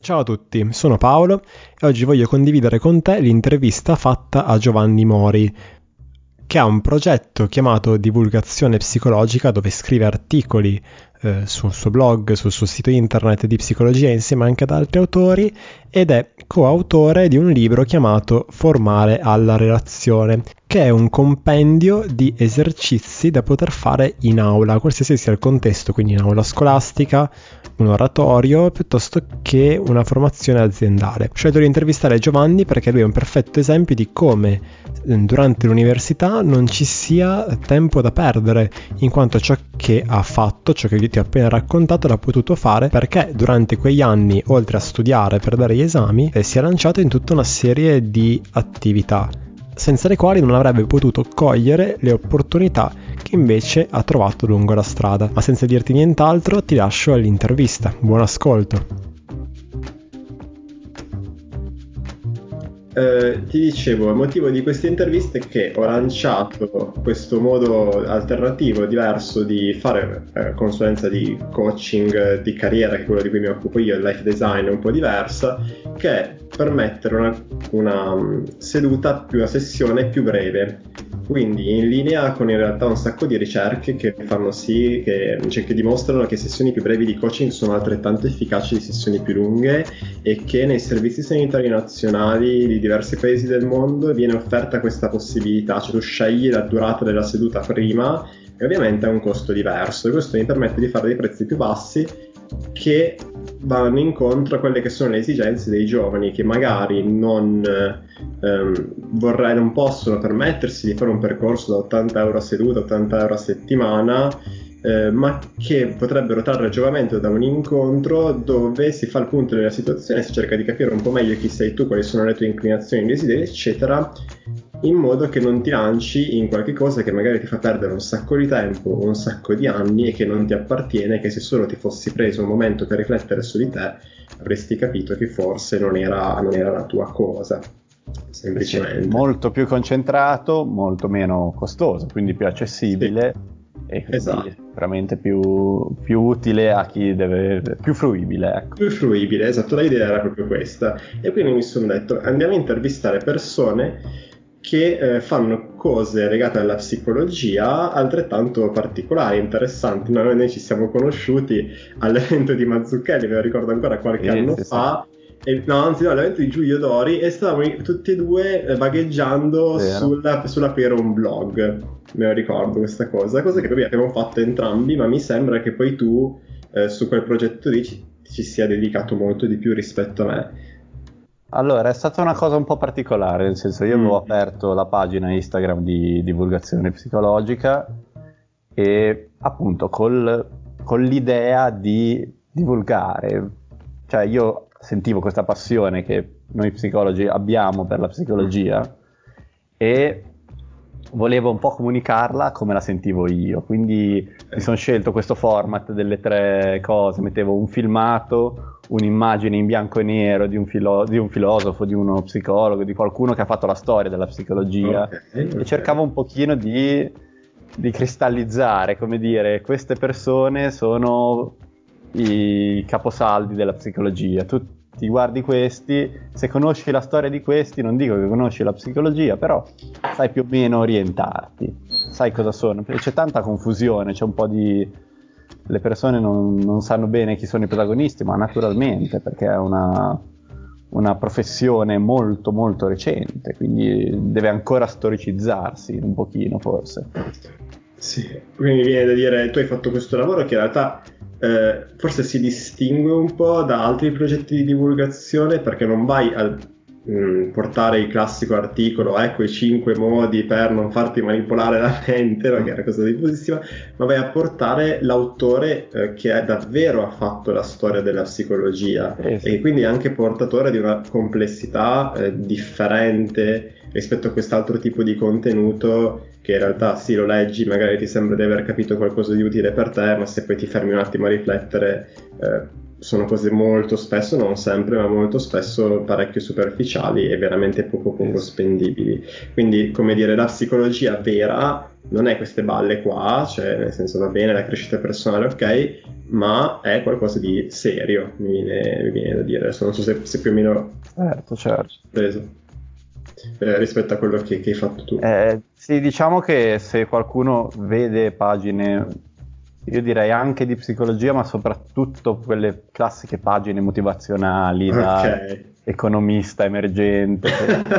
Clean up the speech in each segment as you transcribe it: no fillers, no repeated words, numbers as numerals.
Ciao a tutti, sono Paolo e oggi voglio condividere con te l'intervista fatta a Giovanni Mori, che ha un progetto chiamato Divulgazione Psicologica dove scrive articoli sul suo blog, sul suo sito internet di psicologia insieme anche ad altri autori ed è coautore di un libro chiamato Formare alla relazione, che è un compendio di esercizi da poter fare in aula, qualsiasi sia il contesto, quindi in aula scolastica, un oratorio, piuttosto che una formazione aziendale. Ho scelto di intervistare Giovanni perché lui è un perfetto esempio di come durante l'università non ci sia tempo da perdere, in quanto ciò che ha fatto, ciò che io ti ho appena raccontato, l'ha potuto fare perché durante quegli anni, oltre a studiare per dare gli esami, si è lanciato in tutta una serie di attività senza le quali non avrebbe potuto cogliere le opportunità che invece ha trovato lungo la strada. Ma senza dirti nient'altro, ti lascio all'intervista. Buon ascolto. Ti dicevo, il motivo di questa intervista è che ho lanciato questo modo alternativo, diverso di fare consulenza di coaching di carriera, che è quello di cui mi occupo io, il life design è un po' diversa, che è permettere una seduta, una sessione più breve, quindi in linea con in realtà un sacco di ricerche che fanno sì, che dimostrano che sessioni più brevi di coaching sono altrettanto efficaci di sessioni più lunghe e che nei servizi sanitari nazionali di diversi paesi del mondo viene offerta questa possibilità, cioè tu scegli la durata della seduta prima e ovviamente ha un costo diverso e questo mi permette di fare dei prezzi più bassi che vanno incontro a quelle che sono le esigenze dei giovani che magari non possono permettersi di fare un percorso da 80 euro a seduta, 80 euro a settimana, ma che potrebbero trarre giovamento da un incontro dove si fa il punto della situazione, si cerca di capire un po' meglio chi sei tu, quali sono le tue inclinazioni, desideri, eccetera, in modo che non ti lanci in qualche cosa che magari ti fa perdere un sacco di tempo, un sacco di anni e che non ti appartiene, che se solo ti fossi preso un momento per riflettere su di te avresti capito che forse non era la tua cosa, semplicemente. Molto più concentrato, molto meno costoso, quindi più accessibile. Sì. E quindi esatto. Veramente più utile a chi deve, più fruibile, ecco. Più fruibile, esatto, l'idea era proprio questa e quindi mi sono detto andiamo a intervistare persone che fanno cose legate alla psicologia altrettanto particolari, interessanti. Noi ci siamo conosciuti all'evento di Mazzucchelli, me lo ricordo ancora qualche anno fa. All'evento di Giulio Dori e stavamo tutti e due vagheggiando sull'aprire un blog, me lo ricordo questa cosa che poi abbiamo fatto entrambi, ma mi sembra che poi tu su quel progetto lì ci sia dedicato molto di più rispetto a me. Allora, è stata una cosa un po' particolare, nel senso io avevo aperto la pagina Instagram di divulgazione psicologica e appunto con l'idea di divulgare, cioè io sentivo questa passione che noi psicologi abbiamo per la psicologia e volevo un po' comunicarla come la sentivo io, quindi mi sono scelto questo format delle 3 cose, mettevo un filmato, un'immagine in bianco e nero di un filosofo, di uno psicologo, di qualcuno che ha fatto la storia della psicologia, e cercavo un pochino di cristallizzare, come dire, queste persone sono i caposaldi della psicologia, tu ti guardi questi, se conosci la storia di questi, non dico che conosci la psicologia, però sai più o meno orientarti, sai cosa sono, perché c'è tanta confusione, c'è un po' le persone non sanno bene chi sono i protagonisti, ma naturalmente, perché è una professione molto molto recente, quindi deve ancora storicizzarsi un pochino forse. Sì, quindi viene da dire, tu hai fatto questo lavoro che in realtà forse si distingue un po' da altri progetti di divulgazione perché non vai a portare il classico articolo, ecco i 5 modi per non farti manipolare la mente, che è una cosa diffusissima, ma vai a portare l'autore che davvero ha fatto la storia della psicologia e quindi è anche portatore di una complessità differente rispetto a quest'altro tipo di contenuto che in realtà sì, lo leggi, magari ti sembra di aver capito qualcosa di utile per te, ma se poi ti fermi un attimo a riflettere sono cose molto spesso, non sempre, ma molto spesso parecchio superficiali e veramente poco spendibili. Quindi, come dire, la psicologia vera non è queste balle qua, cioè nel senso va bene la crescita personale, ok, ma è qualcosa di serio, mi viene da dire. Adesso non so se più o meno certo. preso rispetto a quello che hai fatto tu. Sì, diciamo che se qualcuno vede pagine, io direi anche di psicologia, ma soprattutto quelle classiche pagine motivazionali da economista emergente,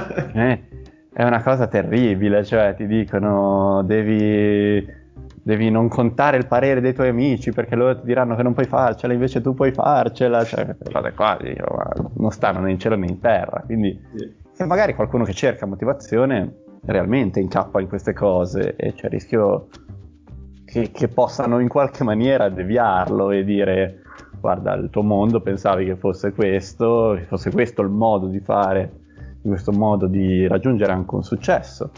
è una cosa terribile, cioè ti dicono devi non contare il parere dei tuoi amici perché loro ti diranno che non puoi farcela, invece tu puoi farcela, cioè queste cose qua non stanno né in cielo né in terra, quindi se magari qualcuno che cerca motivazione realmente incappa in queste cose e c'è il rischio che possano in qualche maniera deviarlo e dire guarda, il tuo mondo pensavi che fosse questo il modo di fare, in questo modo di raggiungere anche un successo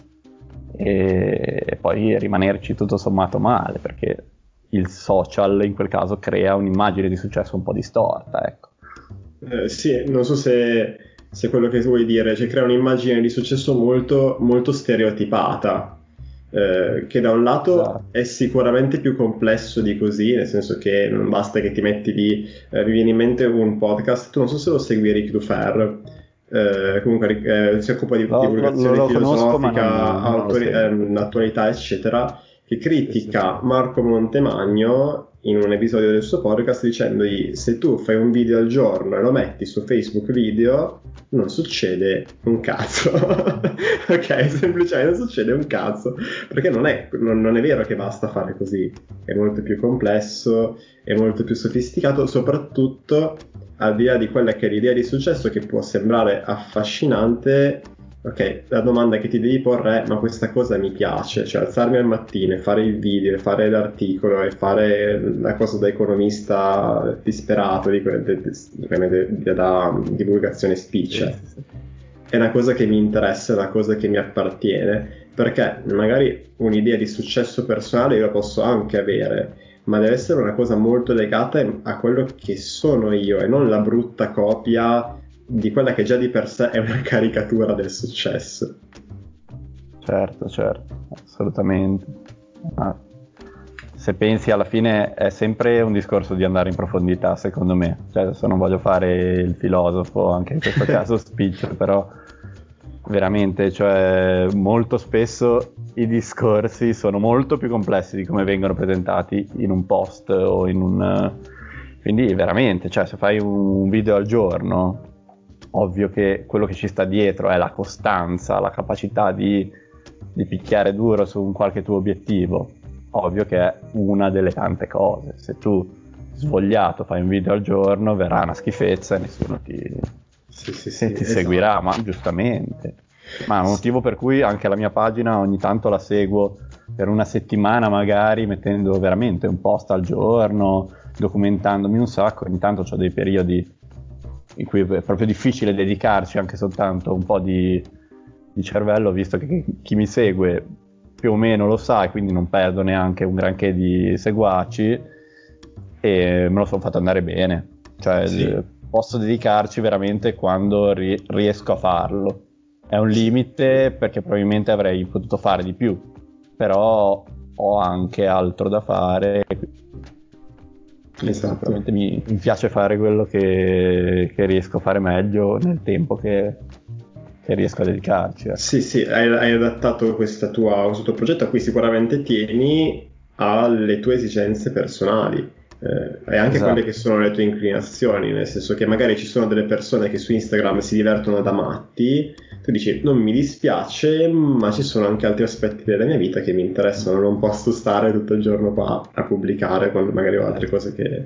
e poi rimanerci tutto sommato male, perché il social in quel caso crea un'immagine di successo un po' distorta, ecco. Sì, non so se quello che vuoi dire, cioè crea un'immagine di successo molto, molto stereotipata, che da un lato è sicuramente più complesso di così, nel senso che non basta che ti metti lì, mi viene in mente un podcast, tu non so se lo segui, Ric Dufer, comunque si occupa di divulgazione filosofica, attualità eccetera, che critica Marco Montemagno in un episodio del suo podcast dicendogli: se tu fai un video al giorno e lo metti su Facebook Video non succede un cazzo. Ok, semplicemente non succede un cazzo, perché non è vero che basta fare così, è molto più complesso, è molto più sofisticato, soprattutto al di là di quella che è l'idea di successo, che può sembrare affascinante. Ok, la domanda che ti devi porre è: ma questa cosa mi piace? Cioè alzarmi al mattino e fare il video, e fare l'articolo e fare la cosa da economista disperato da divulgazione spiccia, è una cosa che mi interessa, è una cosa che mi appartiene, perché magari un'idea di successo personale io la posso anche avere, ma deve essere una cosa molto legata a quello che sono io e non la brutta copia di quella che già di per sé è una caricatura del successo. Certo, assolutamente. Se pensi, alla fine è sempre un discorso di andare in profondità, secondo me. Cioè, adesso non voglio fare il filosofo, anche in questo caso spiccio, però veramente, cioè, molto spesso i discorsi sono molto più complessi di come vengono presentati in un post o in un... Quindi veramente, cioè, se fai un video al giorno, ovvio che quello che ci sta dietro è la costanza, la capacità di picchiare duro su un qualche tuo obiettivo. Ovvio che è una delle tante cose. Se tu svogliato fai un video al giorno verrà una schifezza e nessuno ti seguirà, ma giustamente. Ma è un motivo per cui anche la mia pagina ogni tanto la seguo per una settimana magari, mettendo veramente un post al giorno, documentandomi un sacco. Ogni tanto ho dei periodi in cui è proprio difficile dedicarci anche soltanto un po' di cervello, visto che chi mi segue più o meno lo sa e quindi non perdo neanche un granché di seguaci e me lo sono fatto andare bene, cioè posso dedicarci veramente quando riesco a farlo. È un limite perché probabilmente avrei potuto fare di più, però ho anche altro da fare. Sicuramente mi piace fare quello che riesco a fare meglio nel tempo che riesco a dedicarci. Sì, hai adattato questo tuo progetto a cui sicuramente tieni alle tue esigenze personali e anche quelle che sono le tue inclinazioni, nel senso che magari ci sono delle persone che su Instagram si divertono da matti, tu dici non mi dispiace, ma ci sono anche altri aspetti della mia vita che mi interessano, non posso stare tutto il giorno qua a pubblicare quando magari ho altre cose che...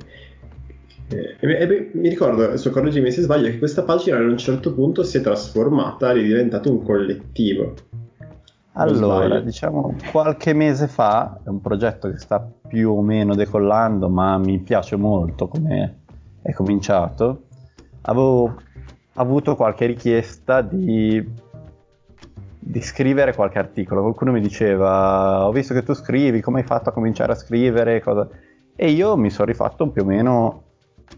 mi ricordo, adesso correggimi se sbaglio, che questa pagina ad un certo punto si è trasformata, è diventato un collettivo. Allora, diciamo qualche mese fa, è un progetto che sta più o meno decollando, ma mi piace molto come è cominciato. Avevo avuto qualche richiesta di scrivere qualche articolo. Qualcuno mi diceva: ho visto che tu scrivi, come hai fatto a cominciare a scrivere? E io mi sono rifatto più o meno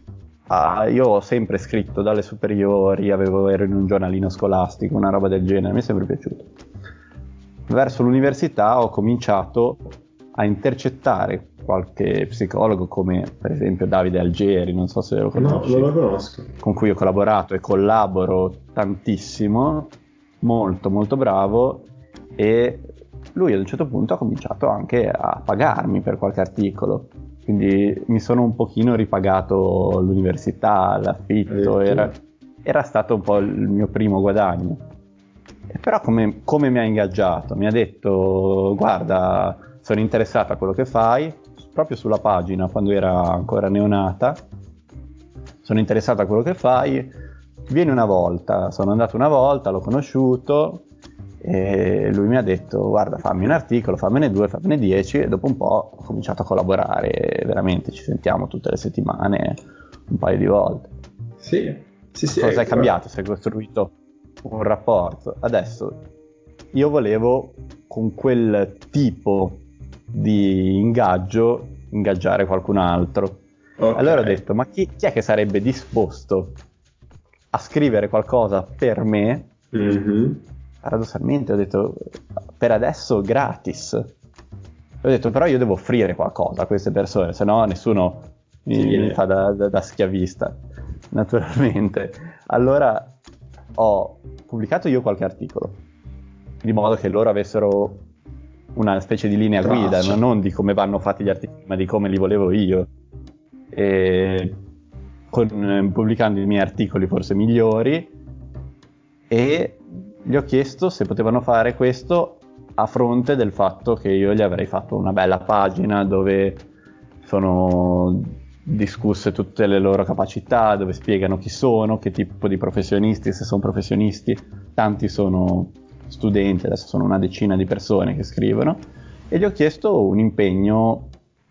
io ho sempre scritto dalle superiori, ero in un giornalino scolastico, una roba del genere, mi è sempre piaciuto. Verso l'università ho cominciato a intercettare qualche psicologo, come per esempio Davide Algeri, non so se lo conosci. No, non lo conosco. Con cui ho collaborato e collaboro tantissimo, molto molto bravo, e lui ad un certo punto ha cominciato anche a pagarmi per qualche articolo, quindi mi sono un pochino ripagato l'università, l'affitto, era stato un po' il mio primo guadagno. E però come mi ha ingaggiato? Mi ha detto: guarda, sono interessato a quello che fai, proprio sulla pagina quando era ancora neonata, sono interessato a quello che fai, vieni una volta. Sono andato una volta, l'ho conosciuto e lui mi ha detto: guarda, fammi un articolo, fammene 2, fammene 10, e dopo un po' ho cominciato a collaborare, veramente ci sentiamo tutte le settimane, un paio di volte. Sì. Cosa è cambiato? Si è costruito un rapporto. Adesso io volevo, con quel tipo di ingaggio, ingaggiare qualcun altro. Okay. Allora ho detto: ma chi è che sarebbe disposto a scrivere qualcosa per me? Mm-hmm. Paradossalmente ho detto: per adesso gratis. Ho detto: però io devo offrire qualcosa a queste persone, se no nessuno mi fa da schiavista, naturalmente. Allora ho pubblicato io qualche articolo, di modo che loro avessero una specie di linea guida, ma non di come vanno fatti gli articoli, ma di come li volevo io. E pubblicando i miei articoli forse migliori, e gli ho chiesto se potevano fare questo a fronte del fatto che io gli avrei fatto una bella pagina dove sono discusse tutte le loro capacità, dove spiegano chi sono, che tipo di professionisti, se sono professionisti, tanti sono studenti, adesso sono una decina di persone che scrivono, e gli ho chiesto un impegno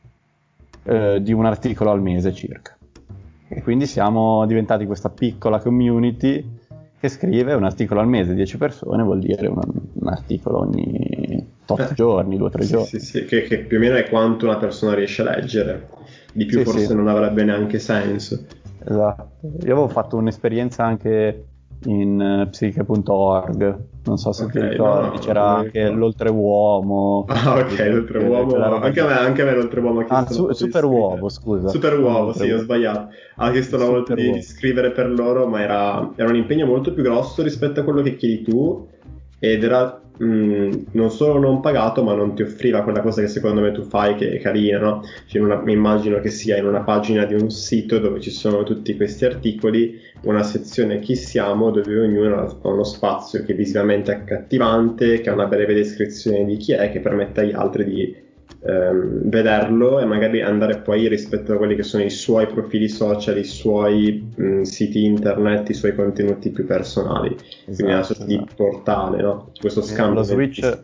di un articolo al mese circa. E quindi siamo diventati questa piccola community che scrive un articolo al mese. 10 persone vuol dire un articolo ogni 8 giorni, 2 o 3 giorni. Sì, che più o meno è quanto una persona riesce a leggere. Di più forse non avrebbe neanche senso. Esatto. Io avevo fatto un'esperienza anche in psiche.org, non so se ti ricordi, c'era anche l'oltreuomo. Ok, l'oltreuomo, anche a me l'oltreuomo ha chiesto Superuomo, scusa. Superuomo, sì, ho sbagliato. Ha chiesto una volta di scrivere per loro, ma era un impegno molto più grosso rispetto a quello che chiedi tu, ed era non solo non pagato, ma non ti offriva quella cosa che secondo me tu fai, che è carina, no? Cioè mi immagino che sia in una pagina di un sito dove ci sono tutti questi articoli, una sezione chi siamo, dove ognuno ha uno spazio che è visivamente accattivante, che ha una breve descrizione di chi è, che permette agli altri di vederlo e magari andare poi rispetto a quelli che sono i suoi profili social, i suoi siti internet, i suoi contenuti più personali. Quindi una sorta di portale, no? Questo scambio. Lo switch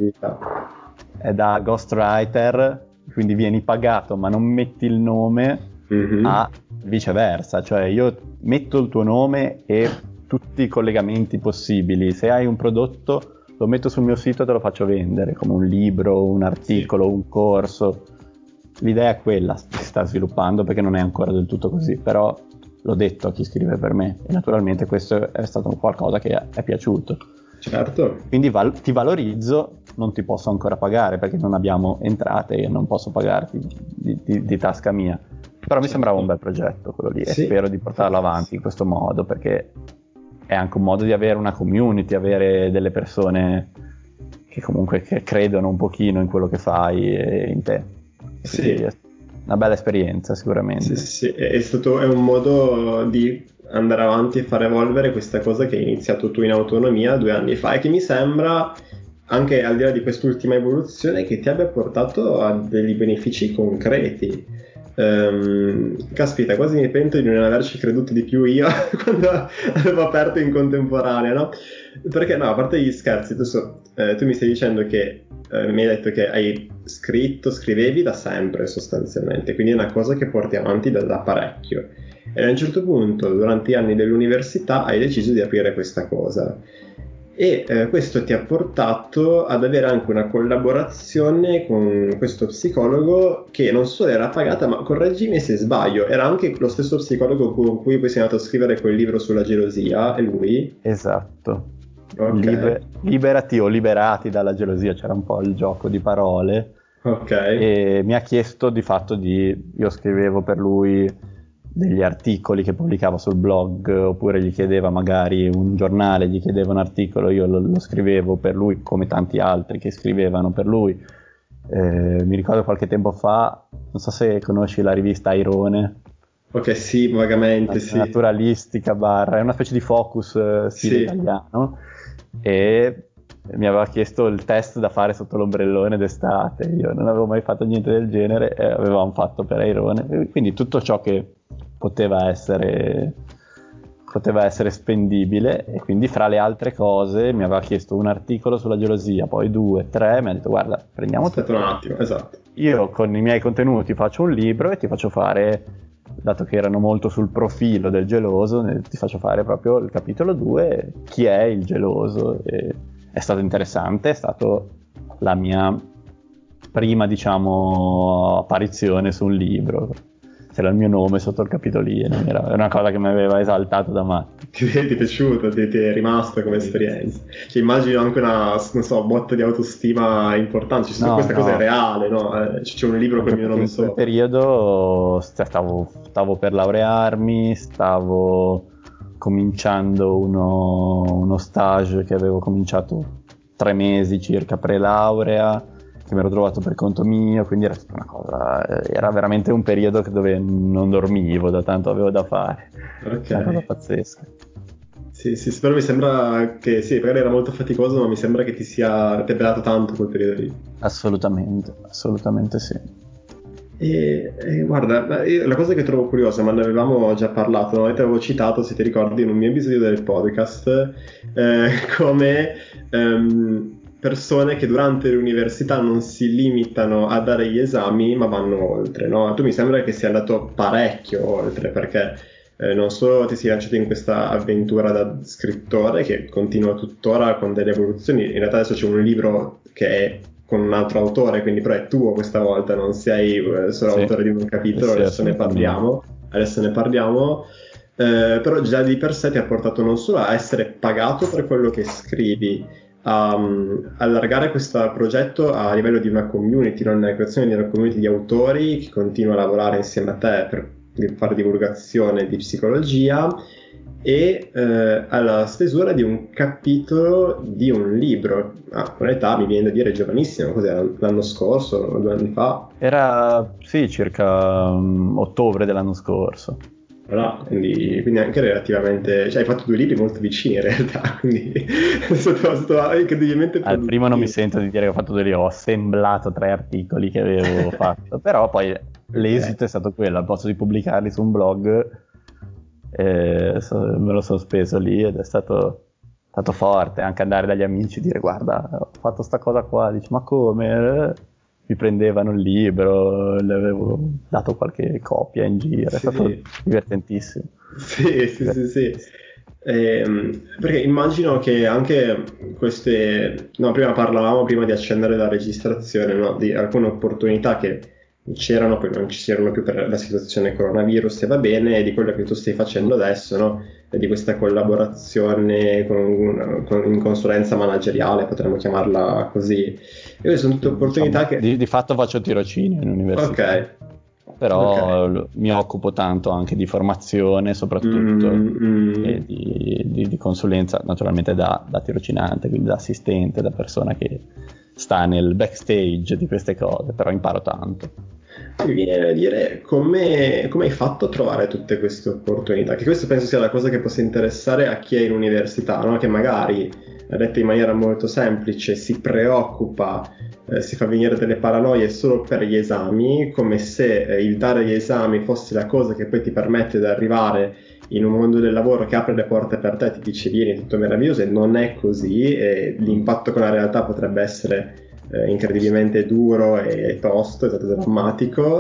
è da ghostwriter, quindi vieni pagato ma non metti il nome, a viceversa, cioè io metto il tuo nome e tutti i collegamenti possibili. Se hai un prodotto lo metto sul mio sito e te lo faccio vendere, come un libro, un articolo, un corso. L'idea è quella, si sta sviluppando perché non è ancora del tutto così, però l'ho detto a chi scrive per me e naturalmente questo è stato qualcosa che è piaciuto. Certo. Quindi ti valorizzo, non ti posso ancora pagare perché non abbiamo entrate e non posso pagarti di tasca mia, però mi sembrava un bel progetto quello lì, e spero di portarlo avanti in questo modo, perché è anche un modo di avere una community, avere delle persone che comunque che credono un pochino in quello che fai e in te. Sì. È una bella esperienza sicuramente. Sì, è un modo di andare avanti e far evolvere questa cosa che hai iniziato tu in autonomia 2 anni fa, e che mi sembra, anche al di là di quest'ultima evoluzione, che ti abbia portato a degli benefici concreti. Caspita, quasi mi pento di non averci creduto di più io quando avevo aperto in contemporanea, no? Perché no, a parte gli scherzi, tu mi stai dicendo che mi hai detto che scrivevi da sempre sostanzialmente, quindi è una cosa che porti avanti da parecchio, e a un certo punto durante gli anni dell'università hai deciso di aprire questa cosa. e questo ti ha portato ad avere anche una collaborazione con questo psicologo che non solo era pagata, ma correggimi se sbaglio, era anche lo stesso psicologo con cui poi sei andato a scrivere quel libro sulla gelosia, è lui? Esatto. Ok. Liberati o liberati dalla gelosia, c'era un po' il gioco di parole. Ok. E mi ha chiesto di fatto io scrivevo per lui degli articoli che pubblicava sul blog, oppure gli chiedeva magari un giornale, gli chiedeva un articolo, io lo scrivevo per lui come tanti altri che scrivevano per lui. Mi ricordo qualche tempo fa, non so se conosci la rivista Airone. Ok, sì, vagamente, sì. Naturalistica è una specie di Focus stile Sì. italiano, e mi aveva chiesto il test da fare sotto l'ombrellone d'estate. Io non avevo mai fatto niente del genere e avevamo fatto per Airone, quindi tutto ciò che poteva essere spendibile. E quindi fra le altre cose mi aveva chiesto un articolo sulla gelosia, poi 2, 3, mi ha detto guarda, prendiamo Aspetta tutto. un attimo, esatto. Io con i miei contenuti faccio un libro e ti faccio fare, dato che erano molto sul profilo del geloso, ti faccio fare proprio il capitolo 2, chi è il geloso. E è stato interessante, è stato la mia prima, diciamo, apparizione su un libro. C'era il mio nome sotto il capitolino, era una cosa che mi aveva esaltato da matto. Ti è piaciuto, ti è rimasto come esperienza. Cioè, immagino anche una, non so, botta di autostima importante. Ci sono questa cosa è reale, no? C'è un libro con il mio nome in quel sopra. periodo stavo per laurearmi, stavo cominciando uno stage che avevo cominciato 3 mesi circa pre-laurea, che mi ero trovato per conto mio, quindi era una cosa, era veramente un periodo dove non dormivo da tanto avevo da fare. Ok. Una cosa pazzesca. Sì, però mi sembra che sì, magari era molto faticoso, ma mi sembra che ti abbia dato tanto quel periodo lì. Assolutamente sì. E guarda, la cosa che trovo curiosa, ma ne avevamo già parlato, no? E ti avevo citato, se ti ricordi, in un mio episodio del podcast, come persone che durante l'università non si limitano a dare gli esami, ma vanno oltre, no? Tu mi sembra che sia andato parecchio oltre, perché non solo ti sei lanciato in questa avventura da scrittore, che continua tuttora con delle evoluzioni, in realtà adesso c'è un libro che è con un altro autore, quindi però è tuo questa volta, non sei solo autore di un capitolo, sì, adesso ne parliamo. Però già di per sé ti ha portato non solo a essere pagato per quello che scrivi, a allargare questo progetto a livello di una community, non la creazione di una community di autori che continua a lavorare insieme a te per fare divulgazione di psicologia, e alla stesura di un capitolo di un libro a un'età, mi viene da dire, giovanissima. Cos'era, l'anno scorso, 2 anni fa? Era sì, circa ottobre dell'anno scorso. Voilà, quindi anche relativamente, cioè hai fatto 2 libri molto vicini in realtà, quindi è stato incredibilmente Al primo non mi produttivo. sento di dire che ho fatto 2 libri, ho assemblato 3 articoli che avevo fatto, però poi l'esito è stato quello, al posto di pubblicarli su un blog me lo sono speso lì ed è stato forte anche andare dagli amici e dire guarda ho fatto sta cosa qua, dici ma come? Mi prendevano il libro, le avevo dato qualche copia in giro, è stato divertentissimo. Sì. Perché immagino che anche queste, no, prima di accendere la registrazione, no, di alcune opportunità che c'erano, poi non ci erano più per la situazione coronavirus, e va bene, e di quello che tu stai facendo adesso, no? E di questa collaborazione in consulenza manageriale, potremmo chiamarla così. E queste sono tutte opportunità Diciamo, che... di fatto faccio tirocinio in università. Ok. Però mi occupo tanto anche di formazione soprattutto e di consulenza, naturalmente da tirocinante, quindi da assistente, da persona che sta nel backstage di queste cose, però imparo tanto. Mi viene da dire come hai fatto a trovare tutte queste opportunità, che questo penso sia la cosa che possa interessare a chi è in università, no? Che magari, detto in maniera molto semplice, si preoccupa, si fa venire delle paranoie solo per gli esami, come se il dare gli esami fosse la cosa che poi ti permette di arrivare in un mondo del lavoro che apre le porte per te, ti dice vieni, tutto meraviglioso, e non è così, e l'impatto con la realtà potrebbe essere incredibilmente duro e tosto, è stato drammatico.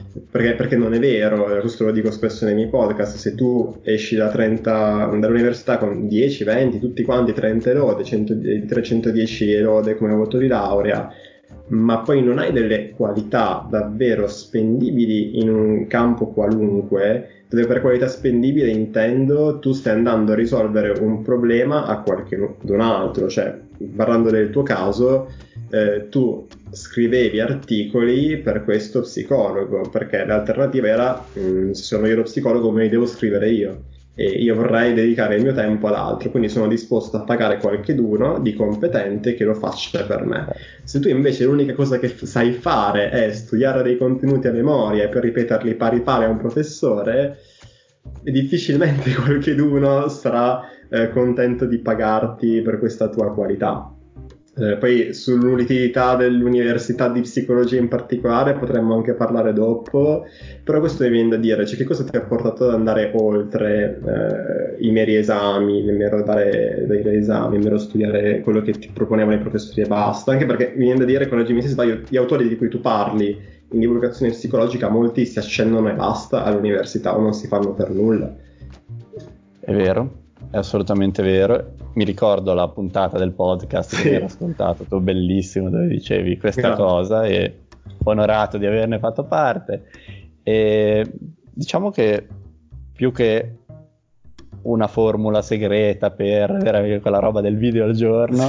perché non è vero, questo lo dico spesso nei miei podcast. Se tu esci dall'università con 10, 20, tutti quanti 30 lode, 310 lode come voto di laurea, ma poi non hai delle qualità davvero spendibili in un campo qualunque, dove per qualità spendibile intendo tu stai andando a risolvere un problema a qualcun altro, cioè parlando del tuo caso, tu scrivevi articoli per questo psicologo, perché l'alternativa era se sono io lo psicologo me li devo scrivere io e io vorrei dedicare il mio tempo ad altro, quindi sono disposto a pagare qualcheduno di competente che lo faccia per me. Se tu invece l'unica cosa che sai fare è studiare dei contenuti a memoria e poi ripeterli pari pari a un professore, difficilmente qualcheduno sarà contento di pagarti per questa tua qualità. Poi sull'utilità dell'università di psicologia in particolare potremmo anche parlare dopo, però questo mi viene da dire, cioè che cosa ti ha portato ad andare oltre i meri esami, il mero dare degli esami, il mero studiare quello che ti proponevano i professori e basta, anche perché mi viene da dire, correggimi se sbaglio, gli autori di cui tu parli in divulgazione psicologica molti si accennano e basta all'università o non si fanno per nulla. È vero, è assolutamente vero. Mi ricordo la puntata del podcast che mi ero ascoltato, tu bellissimo, dove dicevi questa cosa e onorato di averne fatto parte. E diciamo che più che una formula segreta per avere quella roba del video al giorno,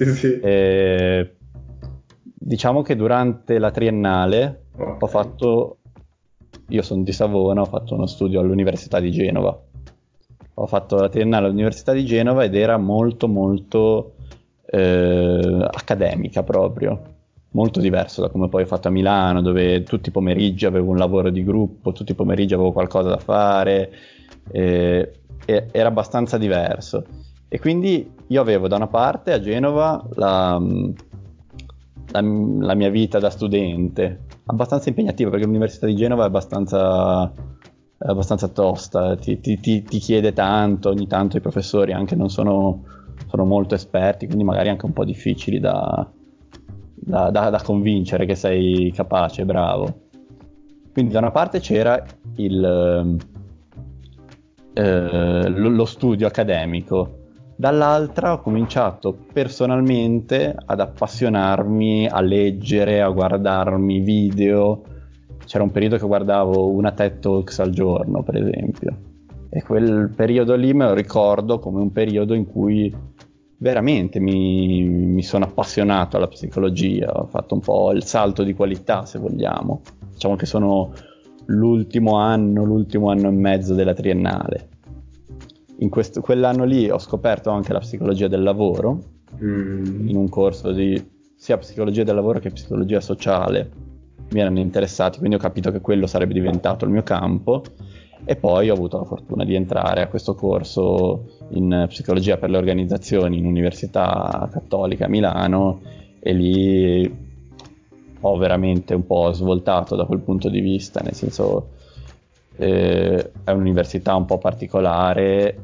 diciamo che durante la triennale ho fatto, io sono di Savona, ho fatto uno studio all'Università di Genova. Ho fatto la triennale all'Università di Genova ed era molto molto accademica proprio, molto diverso da come poi ho fatto a Milano, dove tutti i pomeriggi avevo un lavoro di gruppo, tutti i pomeriggi avevo qualcosa da fare, e era abbastanza diverso. E quindi io avevo da una parte a Genova la mia vita da studente, abbastanza impegnativa, perché l'Università di Genova è abbastanza tosta, ti chiede tanto, ogni tanto i professori anche non sono molto esperti, quindi magari anche un po' difficili da convincere che sei capace, bravo. Quindi da una parte c'era lo studio accademico, dall'altra ho cominciato personalmente ad appassionarmi, a leggere, a guardarmi video. C'era un periodo che guardavo una TED Talks al giorno, per esempio, e quel periodo lì me lo ricordo come un periodo in cui veramente mi sono appassionato alla psicologia, ho fatto un po' il salto di qualità, se vogliamo. Diciamo che sono l'ultimo anno e mezzo della triennale. In quell'anno lì ho scoperto anche la psicologia del lavoro, in un corso di sia psicologia del lavoro che psicologia sociale. Mi erano interessati, quindi ho capito che quello sarebbe diventato il mio campo, e poi ho avuto la fortuna di entrare a questo corso in psicologia per le organizzazioni in Università Cattolica a Milano, e lì ho veramente un po' svoltato da quel punto di vista, nel senso è un'università un po' particolare,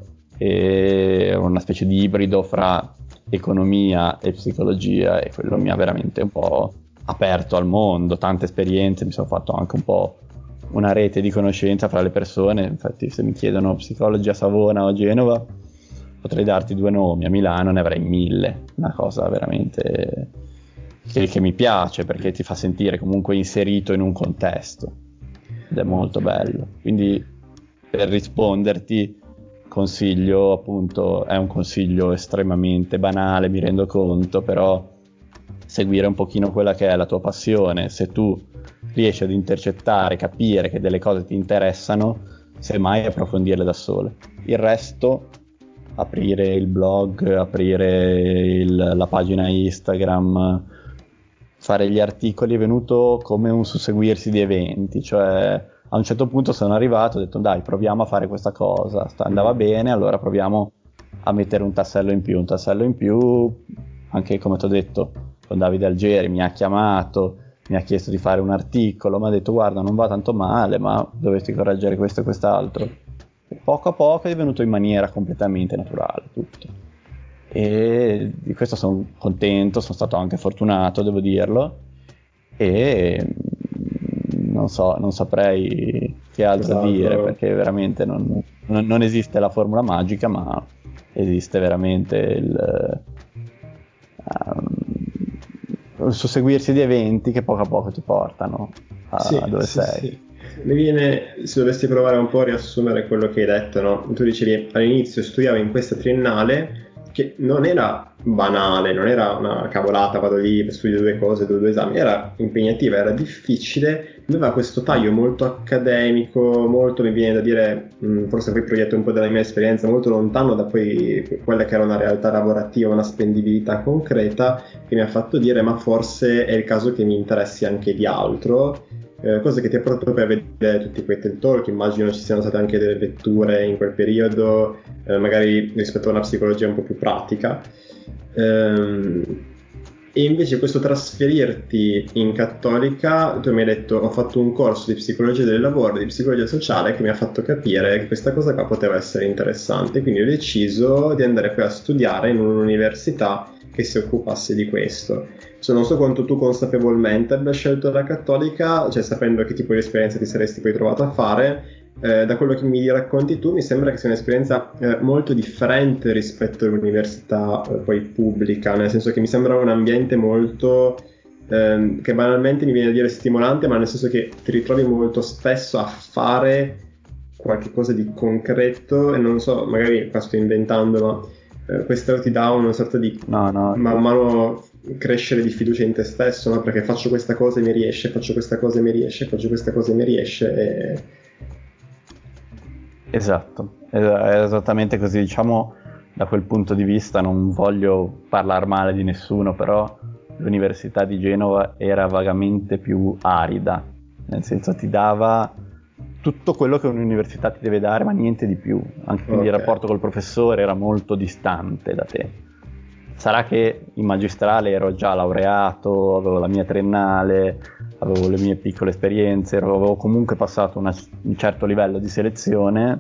è una specie di ibrido fra economia e psicologia, e quello mi ha veramente un po' aperto al mondo, tante esperienze, mi sono fatto anche un po' una rete di conoscenza fra le persone. Infatti se mi chiedono psicologi a Savona o a Genova potrei darti 2 nomi, a Milano ne avrei 1000, una cosa veramente che mi piace, perché ti fa sentire comunque inserito in un contesto ed è molto bello. Quindi per risponderti consiglio, appunto, è un consiglio estremamente banale, mi rendo conto, però seguire un pochino quella che è la tua passione. Se tu riesci ad intercettare, capire che delle cose ti interessano, semmai approfondirle da sole. Il resto, aprire il blog, aprire la pagina Instagram, fare gli articoli, è venuto come un susseguirsi di eventi, cioè a un certo punto sono arrivato, ho detto dai, proviamo a fare questa cosa, andava bene, allora proviamo a mettere un tassello in più, anche come ti ho detto, con Davide Algeri mi ha chiamato, mi ha chiesto di fare un articolo, mi ha detto guarda non va tanto male, ma dovresti correggere questo e quest'altro, e poco a poco è venuto in maniera completamente naturale tutto, e di questo sono contento, sono stato anche fortunato, devo dirlo, e non saprei che altro dire, perché veramente non esiste la formula magica, ma esiste veramente il susseguirsi di eventi che poco a poco ti portano a dove sei. Sì. Mi viene, se dovessi provare un po' a riassumere quello che hai detto, no? Tu dicevi all'inizio studiavo in questa triennale che non era banale, non era una cavolata, vado lì, studio due esami, era impegnativa, era difficile, aveva questo taglio molto accademico, molto, mi viene da dire, forse poi proietto un po' della mia esperienza, molto lontano da poi quella che era una realtà lavorativa, una spendibilità concreta, che mi ha fatto dire ma forse è il caso che mi interessi anche di altro. Cosa che ti ha portato poi a vedere tutti quei TED Talk, immagino ci siano state anche delle letture in quel periodo, magari rispetto a una psicologia un po' più pratica. E invece questo trasferirti in Cattolica, tu mi hai detto ho fatto un corso di psicologia del lavoro, di psicologia sociale, che mi ha fatto capire che questa cosa qua poteva essere interessante, quindi ho deciso di andare poi a studiare in un'università che si occupasse di questo. Cioè, non so quanto tu consapevolmente abbia scelto la Cattolica, cioè sapendo che tipo di esperienza ti saresti poi trovato a fare. Da quello che mi racconti tu mi sembra che sia un'esperienza molto differente rispetto all'università poi pubblica, nel senso che mi sembra un ambiente molto che banalmente mi viene a dire stimolante, ma nel senso che ti ritrovi molto spesso a fare qualche cosa di concreto, e non so, magari qua sto inventando, ma questo ti dà una sorta di man mano crescere di fiducia in te stesso, no? Perché faccio questa cosa e mi riesce, faccio questa cosa e mi riesce, faccio questa cosa e mi riesce e... Esatto, è esattamente così, diciamo. Da quel punto di vista non voglio parlare male di nessuno, però l'Università di Genova era vagamente più arida, nel senso ti dava tutto quello che un'università ti deve dare, ma niente di più. Anche quindi il rapporto col professore era molto distante da te. Sarà che in magistrale ero già laureato, avevo la mia triennale, avevo le mie piccole esperienze, avevo comunque passato un certo livello di selezione,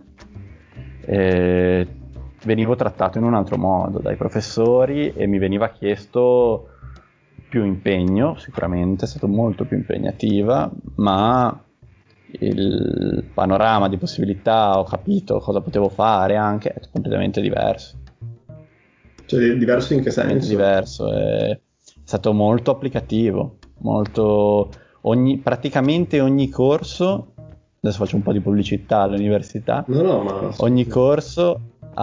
e venivo trattato in un altro modo dai professori e mi veniva chiesto più impegno, sicuramente è stato molto più impegnativa, ma il panorama di possibilità, ho capito cosa potevo fare anche, è completamente diverso. Cioè diverso in che senso? Diverso, è stato molto applicativo, praticamente ogni corso, adesso faccio un po' di pubblicità all'università, ogni corso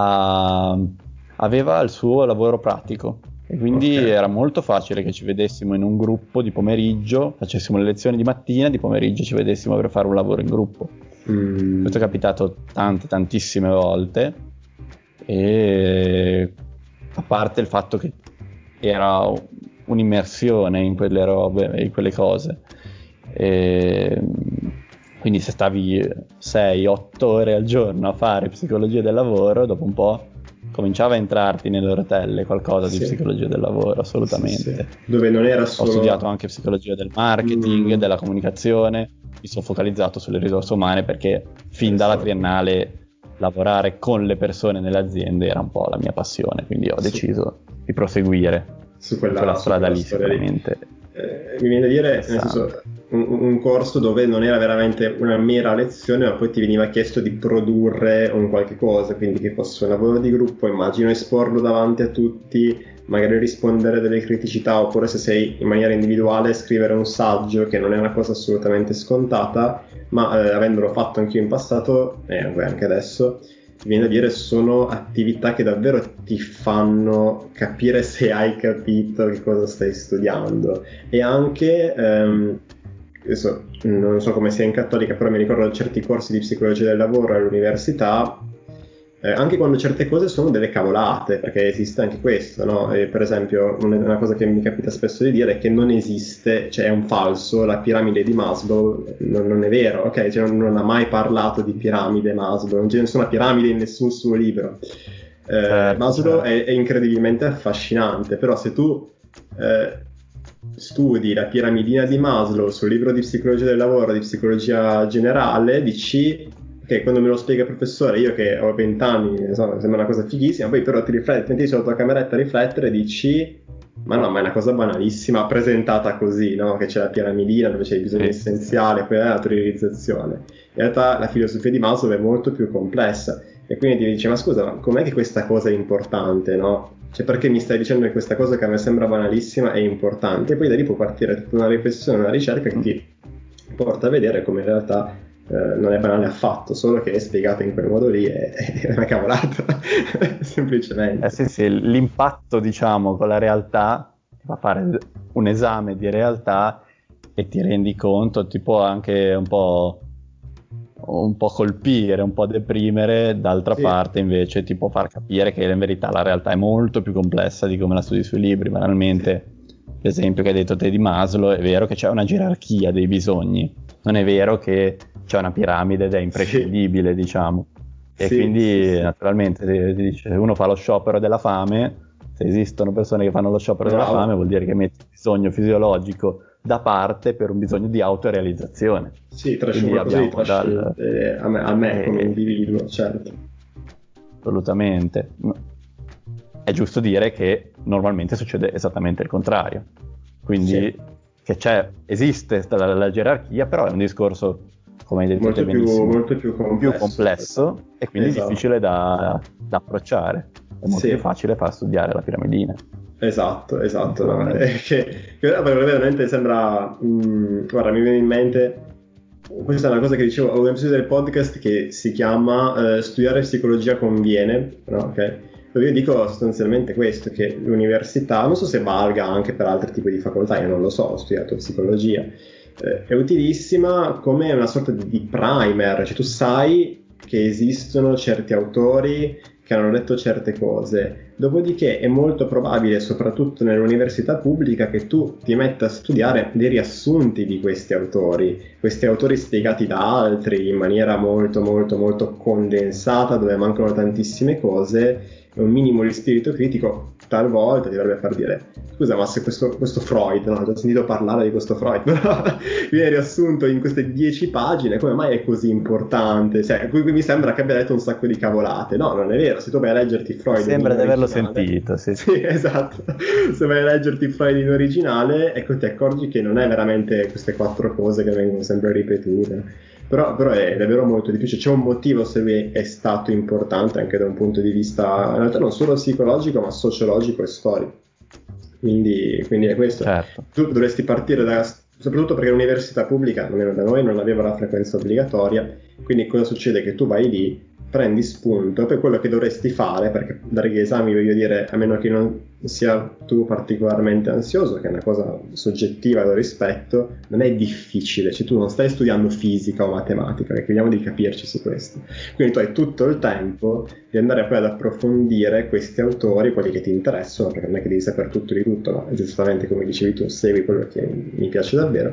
aveva il suo lavoro pratico e quindi era molto facile che ci vedessimo in un gruppo di pomeriggio, facessimo le lezioni di mattina, di pomeriggio ci vedessimo per fare un lavoro in gruppo. Questo è capitato tantissime volte, e a parte il fatto che era un'immersione in quelle robe e in quelle cose, quindi se stavi 6-8 ore al giorno a fare psicologia del lavoro, dopo un po' cominciava a entrarti nelle rotelle qualcosa di psicologia del lavoro, assolutamente. Dove non era solo... Ho studiato anche psicologia del marketing, della comunicazione, mi sono focalizzato sulle risorse umane perché fin dalla triennale lavorare con le persone nelle aziende era un po' la mia passione, quindi ho deciso di proseguire su quella strada lì, sicuramente. Mi viene da dire, nel senso, un corso dove non era veramente una mera lezione, ma poi ti veniva chiesto di produrre un qualche cosa, quindi che fosse un lavoro di gruppo, immagino esporlo davanti a tutti, magari rispondere a delle criticità, oppure se sei in maniera individuale scrivere un saggio, che non è una cosa assolutamente scontata, ma avendolo fatto anch'io in passato, e anche adesso, mi viene da dire sono attività che davvero ti fanno capire se hai capito che cosa stai studiando, e anche adesso non so come sia in Cattolica, però mi ricordo certi corsi di psicologia del lavoro all'università, anche quando certe cose sono delle cavolate, perché esiste anche questo, no? Per esempio una cosa che mi capita spesso di dire è che non esiste, cioè è un falso, la piramide di Maslow non è vero, ok? Cioè non ha mai parlato di piramide Maslow, non c'è nessuna piramide in nessun suo libro. Maslow è incredibilmente affascinante, però se tu studi la piramidina di Maslow sul libro di psicologia del lavoro, di psicologia generale, dici ok, quando me lo spiega il professore, io che ho 20 anni, insomma, sembra una cosa fighissima, poi però ti rifletti, metti sulla tua cameretta a riflettere e dici Ma no, ma è una cosa banalissima presentata così, no? Che c'è la piramidina dove c'è i bisogni essenziali, poi la teorizzazione. In realtà la filosofia di Maslow è molto più complessa e quindi ti dice, ma scusa, ma com'è che questa cosa è importante, no? Cioè, perché mi stai dicendo che questa cosa che a me sembra banalissima è importante? E poi da lì può partire tutta una riflessione, una ricerca che ti porta a vedere come in realtà non è banale affatto, solo che è spiegata in quel modo lì è una cavolata, semplicemente. Sì, l'impatto, diciamo, con la realtà, ti fa fare un esame di realtà e ti rendi conto, ti può anche un po' colpire, un po' deprimere, d'altra parte invece ti può far capire che in verità la realtà è molto più complessa di come la studi sui libri. Banalmente, l'esempio che hai detto te di Maslow, è vero che c'è una gerarchia dei bisogni, non è vero che c'è una piramide ed è imprescindibile, diciamo. E quindi naturalmente ti dice, se uno fa lo sciopero della fame, se esistono persone che fanno lo sciopero della fame, vuol dire che metti il bisogno fisiologico da parte per un bisogno di autorealizzazione. Sì, a me come individuo, certo. Assolutamente. È giusto dire che normalmente succede esattamente il contrario. Quindi che esiste la gerarchia, però è un discorso, come hai detto molto te benissimo, molto più complesso e quindi difficile da approcciare. È molto più facile far studiare la piramidina. Esatto, no, che veramente sembra, guarda, mi viene in mente, questa è una cosa che dicevo, ho un episodio del podcast che si chiama Studiare psicologia conviene, no? Okay? Dove io dico sostanzialmente questo, che l'università, non so se valga anche per altri tipi di facoltà, io non lo so, ho studiato psicologia, è utilissima come una sorta di primer, cioè tu sai che esistono certi autori che hanno letto certe cose, dopodiché è molto probabile, soprattutto nell'università pubblica, che tu ti metta a studiare dei riassunti di questi autori spiegati da altri in maniera molto molto molto condensata, dove mancano tantissime cose, e un minimo di spirito critico talvolta ti dovrebbe far dire, scusa, ma se questo Freud, no? Ho già sentito parlare di questo Freud, però viene riassunto in queste 10 pagine, come mai è così importante? Cioè, qui mi sembra che abbia detto un sacco di cavolate. No, non è vero, se tu vai a leggerti Freud sembra di averlo sentito, sì, esatto. Se vai a leggerti Freud in originale, ecco, ti accorgi che non è veramente queste 4 cose che vengono sempre ripetute. Però è davvero molto difficile. C'è un motivo se lui è stato importante anche da un punto di vista, in realtà non solo psicologico, ma sociologico e storico. Quindi è questo. Certo. Tu dovresti partire soprattutto perché l'università pubblica, almeno da noi, non aveva la frequenza obbligatoria, quindi cosa succede? Che tu vai lì, prendi spunto, e poi quello che dovresti fare, perché dare gli esami, voglio dire, a meno che non sia tu particolarmente ansioso, che è una cosa soggettiva, lo rispetto, non è difficile, cioè tu non stai studiando fisica o matematica, perché vediamo di capirci su questo. Quindi tu hai tutto il tempo di andare poi ad approfondire questi autori, quelli che ti interessano, perché non è che devi sapere tutto di tutto, ma giustamente, come dicevi tu, segui quello che mi piace davvero,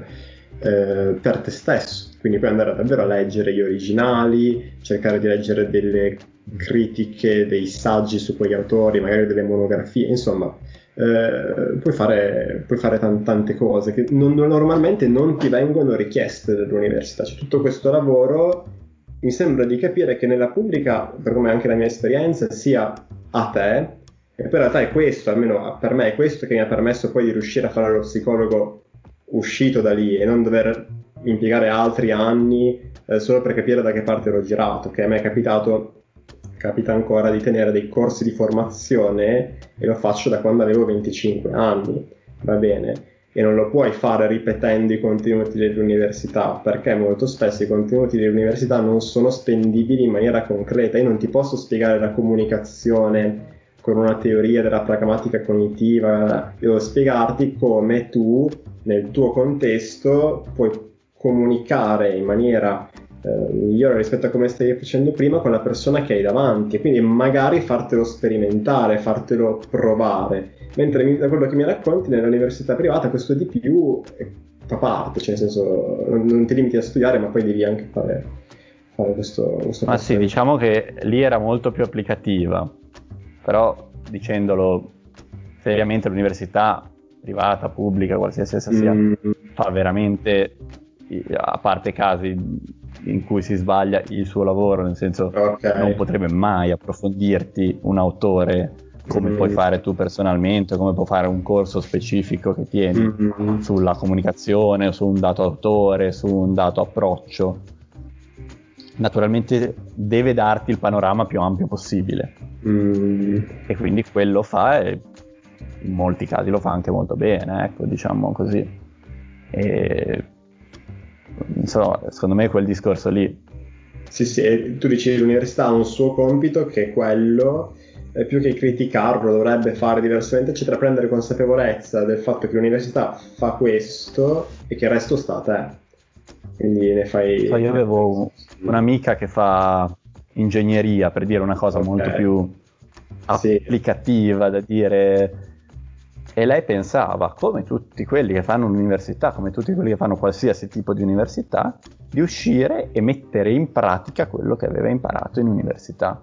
per te stesso. Quindi puoi andare davvero a leggere gli originali, cercare di leggere delle critiche, dei saggi su quegli autori, magari delle monografie, insomma, puoi fare tante cose che normalmente non ti vengono richieste dall'università. C'è tutto questo lavoro, mi sembra di capire che nella pubblica, per come anche la mia esperienza, sia a te, e poi in realtà è questo, almeno per me è questo che mi ha permesso poi di riuscire a fare lo psicologo uscito da lì e non dover impiegare altri anni solo per capire da che parte ero girato, che a me capita ancora di tenere dei corsi di formazione e lo faccio da quando avevo 25 anni, va bene? E non lo puoi fare ripetendo i contenuti dell'università, perché molto spesso i contenuti dell'università non sono spendibili in maniera concreta. Io non ti posso spiegare la comunicazione con una teoria della pragmatica cognitiva, devo spiegarti come tu nel tuo contesto puoi comunicare in maniera migliore rispetto a come stai facendo prima con la persona che hai davanti, e quindi magari fartelo sperimentare, fartelo provare, mentre da quello che mi racconti nell'università privata questo di più fa parte, cioè nel senso non ti limiti a studiare, ma poi devi anche fare questo ma sì, diciamo che lì era molto più applicativa, però dicendolo seriamente, l'università privata, pubblica, qualsiasi essa sia, fa veramente, a parte casi in cui si sbaglia il suo lavoro, nel senso non potrebbe mai approfondirti un autore come puoi fare tu personalmente, come puoi fare un corso specifico che tieni sulla comunicazione, su un dato autore, su un dato approccio. Naturalmente deve darti il panorama più ampio possibile, e quindi quello fa, e in molti casi lo fa anche molto bene, ecco, diciamo così. E insomma, secondo me quel discorso lì. Sì, e tu dici l'università ha un suo compito che è quello, più che criticarlo, dovrebbe fare diversamente, eccetera, prendere consapevolezza del fatto che l'università fa questo e che il resto sta a te. Quindi ne fai... Io avevo un'amica che fa ingegneria, per dire una cosa molto più applicativa da dire, e lei pensava, come tutti quelli che fanno un'università, come tutti quelli che fanno qualsiasi tipo di università, di uscire e mettere in pratica quello che aveva imparato in università.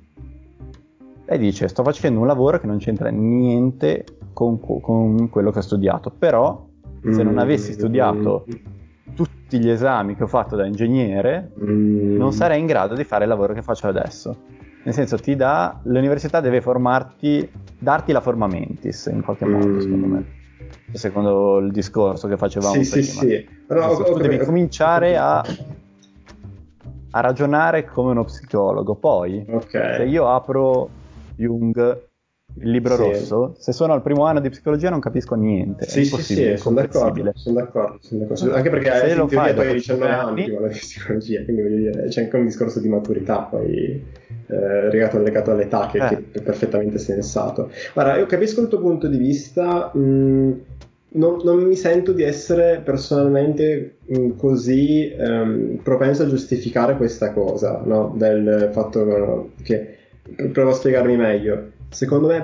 Lei dice, sto facendo un lavoro che non c'entra niente con quello che ho studiato, però se non avessi studiato tutti gli esami che ho fatto da ingegnere, non sarei in grado di fare il lavoro che faccio adesso. Nel senso, l'università deve darti la forma mentis in qualche modo, secondo me. Secondo il discorso che facevamo prima. Sì. Però, tu devi cominciare a ragionare come uno psicologo. Poi, se io apro Jung, il libro rosso, se sono al primo anno di psicologia non capisco niente. È impossibile, sono d'accordo. Anche perché in teoria tu hai 19 anni prima di psicologia, quindi voglio dire, c'è anche un discorso di maturità poi legato all'età che è perfettamente sensato. Guarda, io capisco il tuo punto di vista, non mi sento di essere personalmente così propenso a giustificare questa cosa, no? Del fatto che provo a spiegarmi meglio. Secondo me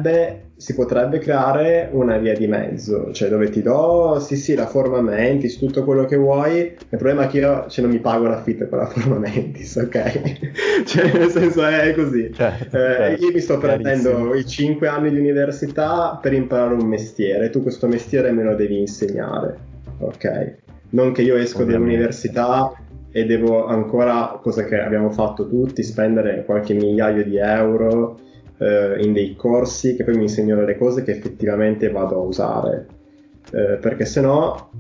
si potrebbe creare una via di mezzo, cioè dove ti do la forma mentis, tutto quello che vuoi. Il problema è che io non mi pago l'affitto con la forma mentis, ok? Cioè nel senso è così. Io mi sto prendendo i 5 anni di università per imparare un mestiere, tu questo mestiere me lo devi insegnare, ok? Non che io esco dall'università e devo ancora, cosa che abbiamo fatto tutti, spendere qualche migliaio di euro in dei corsi che poi mi insegnano le cose che effettivamente vado a usare, perché se no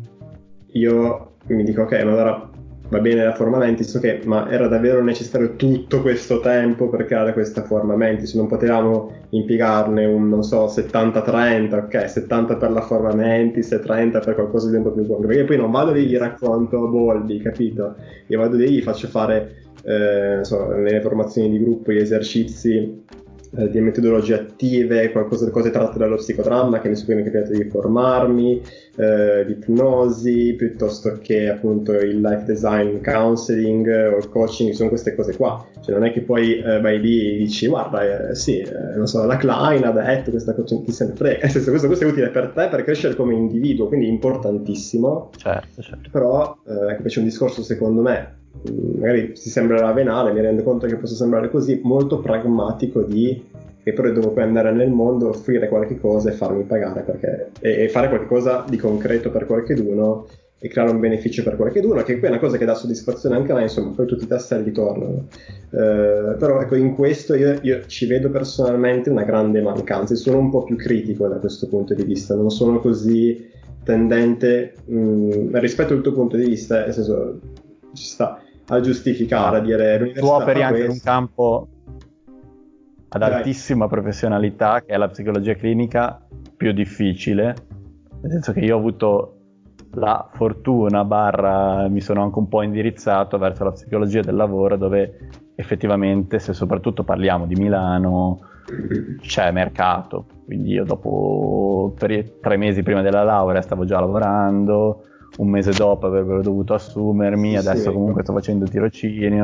io mi dico ok, ma allora va bene la forma mentis, ok, ma era davvero necessario tutto questo tempo per creare questa forma mentis? Non potevamo impiegarne non so, 70-30, ok, 70 per la forma mentis e 30 per qualcosa di un po' più complesso, perché poi non vado lì gli racconto boldi, capito? Io vado lì, gli faccio fare nelle formazioni di gruppo gli esercizi di metodologie attive, cose tratte dallo psicodramma che mi è capitato di formarmi, di ipnosi, piuttosto che appunto il life design counseling o il coaching, sono queste cose qua. Cioè non è che poi vai lì e dici guarda non so, la Klein ha detto questa cosa, chi se ne frega, nel senso questo è utile per te per crescere come individuo, quindi importantissimo. Certo. Però c'è un discorso, secondo me, magari si sembrerà venale, mi rendo conto che possa sembrare così, molto pragmatico che però devo poi andare nel mondo, offrire qualche cosa e farmi pagare e fare qualcosa di concreto per qualcheduno e creare un beneficio per qualcheduno, che poi è una cosa che dà soddisfazione anche a me, insomma, poi tutti i tasselli tornano. Però ecco, in questo io ci vedo personalmente una grande mancanza e sono un po' più critico da questo punto di vista, non sono così tendente rispetto al tuo punto di vista, nel senso ci sta a giustificare, a dire l'università tu operi anche in un questo. campo ad altissima professionalità, che è la psicologia clinica, più difficile, nel senso che io ho avuto la fortuna mi sono anche un po' indirizzato verso la psicologia del lavoro, dove effettivamente, se soprattutto parliamo di Milano, c'è mercato. Quindi io dopo 3 mesi prima della laurea stavo già lavorando, un mese dopo avrebbero dovuto assumermi, adesso comunque sto facendo tirocini,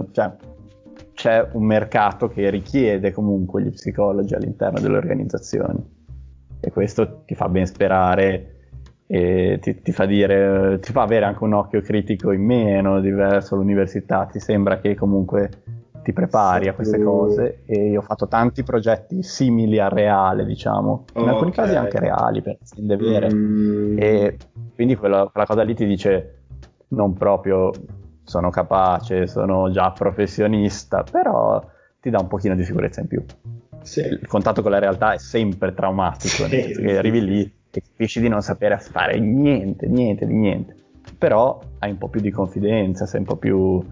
c'è un mercato che richiede comunque gli psicologi all'interno delle organizzazioni, e questo ti fa ben sperare e ti fa avere anche un occhio critico in meno verso l'università. Ti sembra che comunque ti prepari a queste cose, e io ho fatto tanti progetti simili al reale, diciamo, in alcuni casi anche reali per aziende vere, e quindi quella cosa lì ti dice non proprio sono capace, sono già professionista, però ti dà un pochino di sicurezza in più. Sì. Il contatto con la realtà è sempre traumatico, nel senso che arrivi lì e capisci di non sapere fare niente di niente, però hai un po' più di confidenza, sei un po' più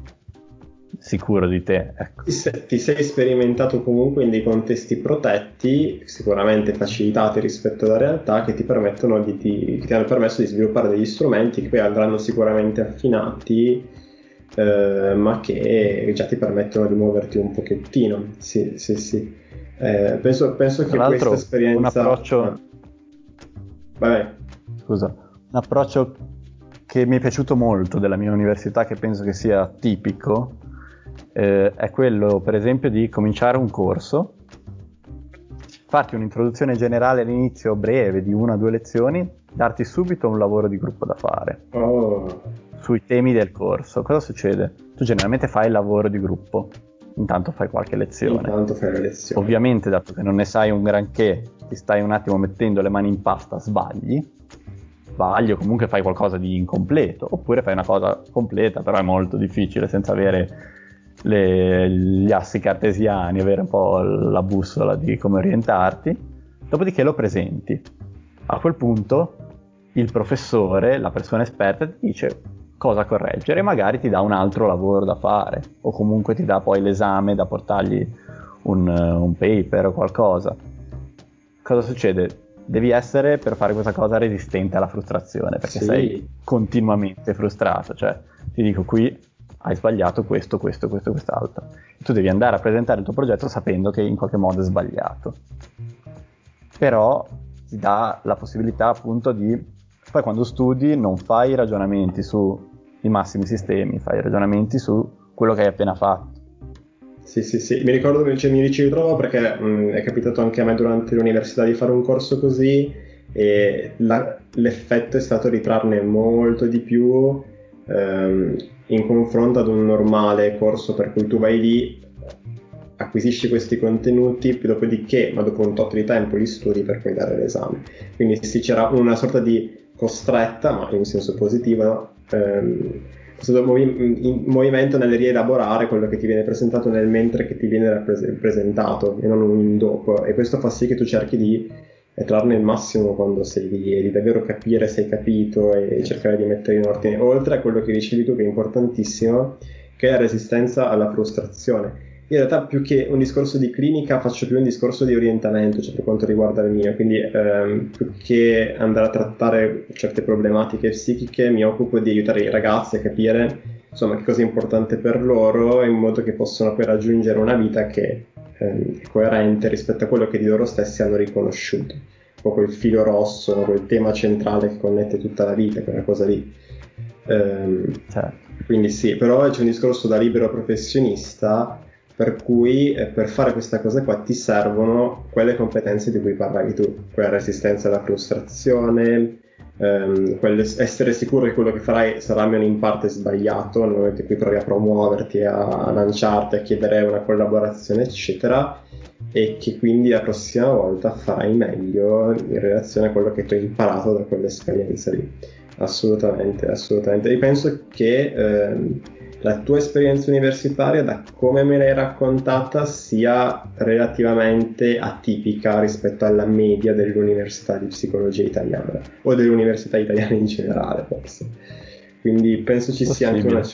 sicuro di te, ecco. Ti sei sperimentato comunque in dei contesti protetti, sicuramente facilitati rispetto alla realtà, che ti permettono che ti hanno permesso di sviluppare degli strumenti che poi andranno sicuramente affinati, ma che già ti permettono di muoverti un pochettino. Sì. Penso che questa esperienza... un approccio... Vai. Scusa, un approccio che mi è piaciuto molto della mia università, che penso che sia tipico, è quello, per esempio, di cominciare un corso, farti un'introduzione generale all'inizio breve di 1 o 2 lezioni, darti subito un lavoro di gruppo da fare sui temi del corso. Cosa succede? Tu generalmente fai il lavoro di gruppo, intanto fai qualche lezione. Ovviamente, dato che non ne sai un granché, ti stai un attimo mettendo le mani in pasta, sbagli o comunque fai qualcosa di incompleto, oppure fai una cosa completa, però è molto difficile senza avere gli assi cartesiani, avere un po' la bussola di come orientarti. Dopodiché lo presenti. A quel punto il professore, la persona esperta, ti dice cosa correggere e magari ti dà un altro lavoro da fare, o comunque ti dà poi l'esame da portargli un paper o qualcosa. Cosa succede? Devi essere, per fare questa cosa, resistente alla frustrazione, perché sei continuamente frustrato. Cioè, ti dico, qui hai sbagliato questo, quest'altro. Tu devi andare a presentare il tuo progetto sapendo che in qualche modo è sbagliato. Però ti dà la possibilità appunto di... Poi quando studi non fai ragionamenti sui massimi sistemi, fai ragionamenti su quello che hai appena fatto. Sì, mi ricordo che mi ci ritrovo perché è capitato anche a me durante l'università di fare un corso così e l'effetto è stato ritrarne molto di più in confronto ad un normale corso, per cui tu vai lì, acquisisci questi contenuti, dopodiché, ma dopo un tot di tempo li studi per poi dare l'esame. Quindi sì, c'era una sorta di costretta, ma in senso positivo, no? Questo movimento nel rielaborare quello che ti viene presentato nel mentre che ti viene presentato e non un dopo, e questo fa sì che tu cerchi di trarne il massimo quando sei lì e di davvero capire se hai capito e cercare di mettere in ordine, oltre a quello che dicevi tu che è importantissimo, che è la resistenza alla frustrazione. Io in realtà più che un discorso di clinica faccio più un discorso di orientamento, cioè per quanto riguarda il mio, quindi più che andare a trattare certe problematiche psichiche mi occupo di aiutare i ragazzi a capire insomma che cosa è importante per loro, in modo che possano poi raggiungere una vita che è coerente rispetto a quello che di loro stessi hanno riconosciuto, un po' quel filo rosso, quel tema centrale che connette tutta la vita, quella cosa lì. Certo. Quindi sì, però c'è un discorso da libero professionista, per cui per fare questa cosa qua ti servono quelle competenze di cui parlavi tu, quella resistenza alla frustrazione, essere sicuro che quello che farai sarà almeno in parte sbagliato nel momento in cui provi a promuoverti, a lanciarti, a chiedere una collaborazione eccetera, e che quindi la prossima volta farai meglio in relazione a quello che tu hai imparato da quell'esperienza lì. Assolutamente. Io penso che la tua esperienza universitaria, da come me l'hai raccontata, sia relativamente atipica rispetto alla media dell'università di psicologia italiana o dell'università italiana in generale, forse. Quindi penso ci sia anche una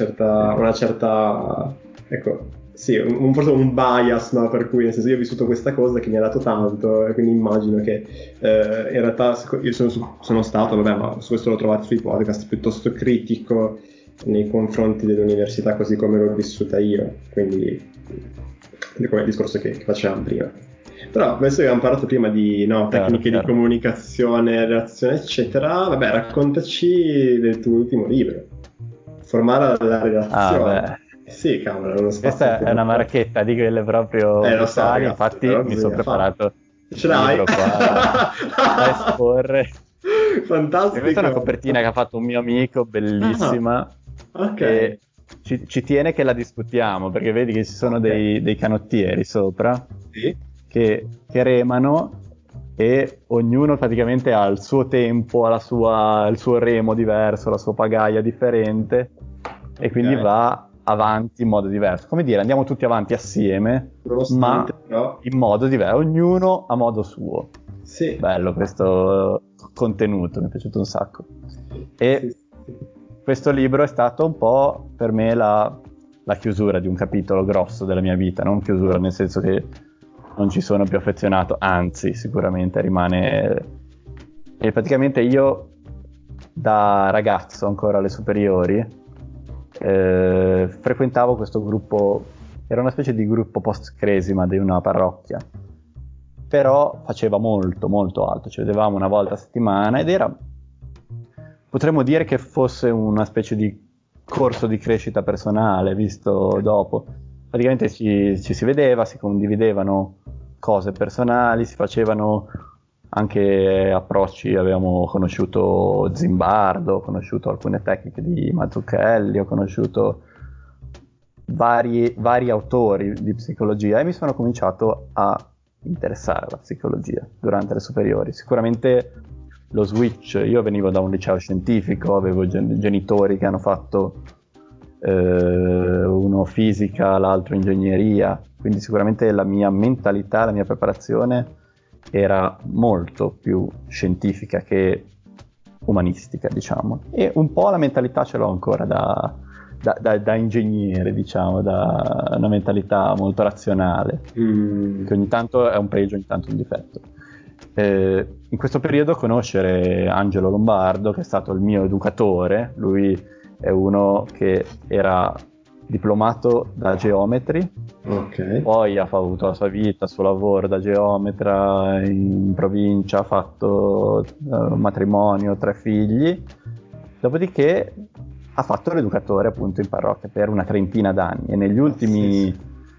certa ecco, sì, forse un bias, no? Per cui nel senso io ho vissuto questa cosa che mi ha dato tanto, e quindi immagino che in realtà io sono stato, vabbè, ma su questo l'ho trovato sui podcast, piuttosto critico nei confronti dell'università così come l'ho vissuta io, quindi come il discorso che facevamo prima. Però adesso abbiamo parlato prima di tecniche di comunicazione, relazione eccetera, vabbè, raccontaci del tuo ultimo libro, Formare alla redazione. Sì, cavolo, uno questa è una marchetta di quelle proprio brutali, infatti mi sono preparato ce l'hai? libro qua da esporre. Fantastico. E questa è una copertina che ha fatto un mio amico, bellissima. Ok. E ci tiene che la discutiamo, perché vedi che ci sono dei canottieri sopra che remano, e ognuno praticamente ha il suo tempo, il suo remo diverso, la sua pagaia differente, e quindi va avanti in modo diverso. Come dire, andiamo tutti avanti assieme, ma però in modo diverso, ognuno a modo suo. sì. Bello questo contenuto, mi è piaciuto un sacco. E Sì. questo libro è stato un po' per me la chiusura di un capitolo grosso della mia vita, non chiusura nel senso che non ci sono più affezionato, anzi sicuramente rimane. E praticamente io da ragazzo ancora alle superiori frequentavo questo gruppo, era una specie di gruppo post-cresima di una parrocchia, però faceva molto molto alto, ci vedevamo una volta a settimana ed era, potremmo dire che fosse una specie di corso di crescita personale visto dopo. Praticamente ci si vedeva, si condividevano cose personali, si facevano anche approcci, avevamo conosciuto Zimbardo, ho conosciuto alcune tecniche di Mazzucchelli, ho conosciuto vari autori di psicologia e mi sono cominciato a interessare alla psicologia durante le superiori. Sicuramente lo switch, io venivo da un liceo scientifico, avevo genitori che hanno fatto uno fisica, l'altro ingegneria, quindi sicuramente la mia mentalità, la mia preparazione era molto più scientifica che umanistica, diciamo, e un po' la mentalità ce l'ho ancora da ingegnere, diciamo, da una mentalità molto razionale, che ogni tanto è un pregio, ogni tanto un difetto. In questo periodo conoscere Angelo Lombardo, che è stato il mio educatore, lui è uno che era diplomato da geometri, poi ha avuto la sua vita, il suo lavoro da geometra in provincia, ha fatto matrimonio, 3 figli, dopodiché ha fatto l'educatore appunto in parrocchia per una 30 d'anni e negli ultimi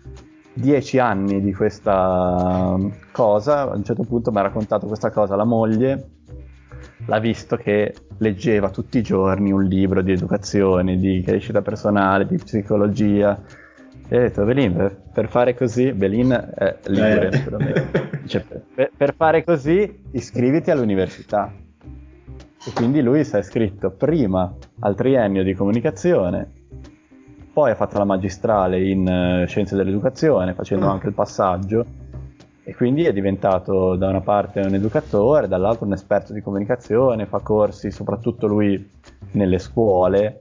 10 anni di questa cosa, a un certo punto mi ha raccontato questa cosa la moglie, l'ha visto che leggeva tutti i giorni un libro di educazione, di crescita personale, di psicologia, e ha detto: Belin, per fare così, Belin è ligure naturalmente, dice, per fare così iscriviti all'università. E quindi lui si è iscritto prima al triennio di comunicazione, poi ha fatto la magistrale in scienze dell'educazione, facendo anche il passaggio, e quindi è diventato da una parte un educatore, dall'altra un esperto di comunicazione, fa corsi, soprattutto lui nelle scuole,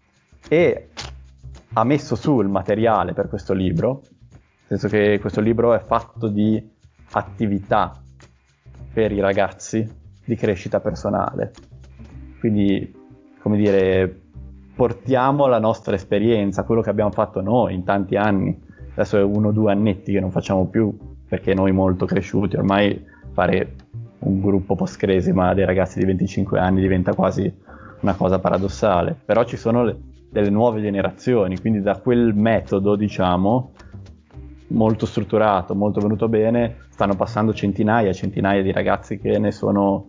e ha messo su il materiale per questo libro, nel senso che questo libro è fatto di attività per i ragazzi di crescita personale. Quindi, come dire, portiamo la nostra esperienza, quello che abbiamo fatto noi in tanti anni. Adesso è 1 o 2 annetti che non facciamo più, perché noi molto cresciuti, ormai fare un gruppo post-cresima dei ragazzi di 25 anni diventa quasi una cosa paradossale. Però ci sono delle nuove generazioni, quindi da quel metodo, diciamo, molto strutturato, molto venuto bene, stanno passando centinaia e centinaia di ragazzi che ne sono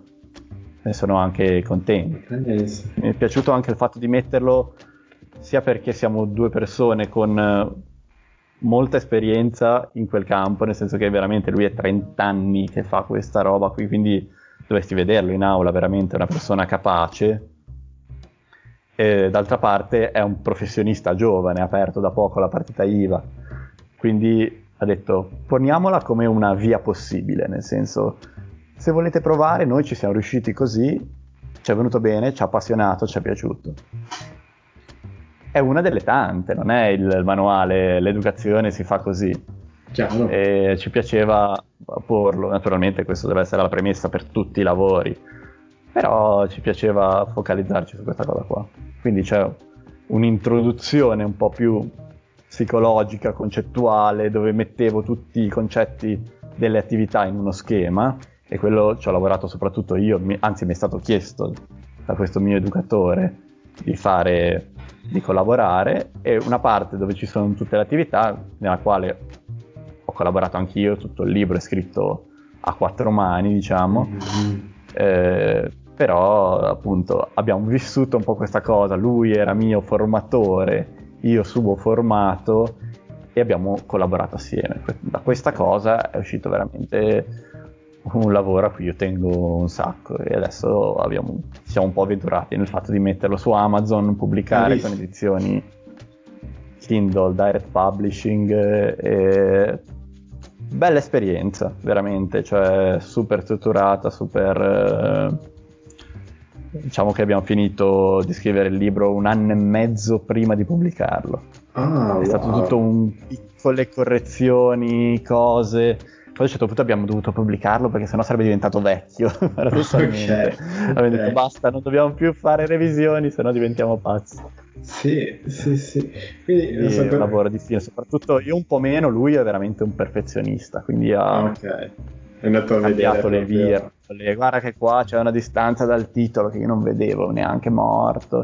anche contenti. Mi è piaciuto anche il fatto di metterlo, sia perché siamo 2 persone con molta esperienza in quel campo, nel senso che veramente lui è 30 anni che fa questa roba qui, quindi dovresti vederlo in aula, veramente una persona capace. E d'altra parte è un professionista giovane, ha aperto da poco la partita IVA, quindi ha detto poniamola come una via possibile, nel senso, se volete provare, noi ci siamo riusciti così, ci è venuto bene, ci ha appassionato, ci è piaciuto. È una delle tante, non è il manuale, l'educazione si fa così. Chiaro. E ci piaceva porlo, naturalmente questo deve essere la premessa per tutti i lavori, però ci piaceva focalizzarci su questa cosa qua. Quindi c'è un'introduzione un po' più psicologica, concettuale, dove mettevo tutti i concetti delle attività in uno schema, e quello ci ho lavorato soprattutto io, anzi mi è stato chiesto da questo mio educatore di collaborare, e una parte dove ci sono tutte le attività nella quale ho collaborato anch'io, tutto il libro è scritto a 4 mani, diciamo, però appunto abbiamo vissuto un po' questa cosa, lui era mio formatore, io suo formato, e abbiamo collaborato assieme. Da questa cosa è uscito veramente un lavoro a cui io tengo un sacco, e adesso siamo un po' avventurati nel fatto di metterlo su Amazon, pubblicare con edizioni Kindle, Direct Publishing, bella esperienza, veramente, cioè super strutturata, diciamo che abbiamo finito di scrivere il libro 1 anno e mezzo prima di pubblicarlo. È stato tutto un piccole correzioni, cose. Poi a un certo punto abbiamo dovuto pubblicarlo perché sennò sarebbe diventato vecchio. Paradossalmente abbiamo detto basta, non dobbiamo più fare revisioni, sennò diventiamo pazzi. Sì. Quindi è un lavoro di stile, soprattutto io un po' meno, lui è veramente un perfezionista, quindi ha è andato a cambiato vedere le virgole. Guarda che qua c'è una distanza dal titolo che io non vedevo neanche morto.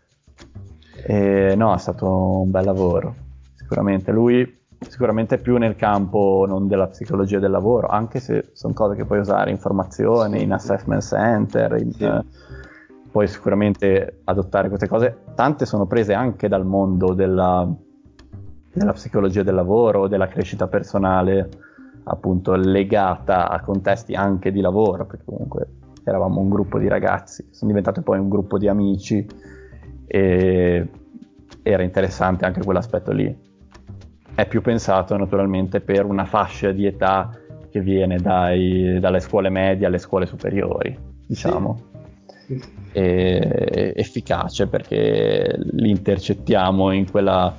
No, è stato un bel lavoro, sicuramente. Lui sicuramente più nel campo non della psicologia del lavoro, anche se sono cose che puoi usare in formazione, in assessment center, puoi sicuramente adottare queste cose. Tante sono prese anche dal mondo della psicologia del lavoro, della crescita personale, appunto legata a contesti anche di lavoro, perché comunque eravamo un gruppo di ragazzi, sono diventato poi un gruppo di amici e era interessante anche quell'aspetto lì. È più pensato naturalmente per una fascia di età che viene dalle scuole medie alle scuole superiori, diciamo. Sì. Efficace perché li intercettiamo in quella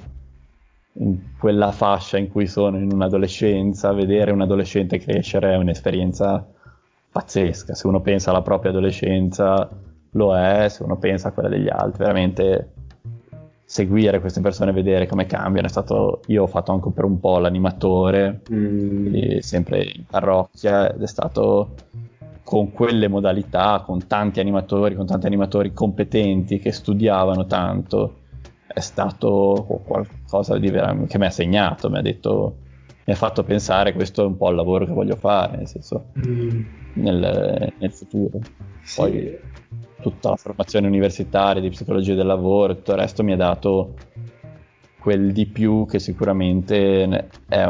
fascia in cui sono in un'adolescenza. Vedere un adolescente crescere è un'esperienza pazzesca. Se uno pensa alla propria adolescenza lo è, se uno pensa a quella degli altri, veramente seguire queste persone, vedere come cambiano. Io ho fatto anche per un po' l'animatore, sempre in parrocchia, ed è stato con quelle modalità, con tanti animatori competenti che studiavano tanto, è stato qualcosa di veramente che mi ha segnato, mi ha fatto pensare questo è un po' il lavoro che voglio fare, nel senso nel futuro. Sì. Poi tutta la formazione universitaria di psicologia del lavoro e tutto il resto mi ha dato quel di più che sicuramente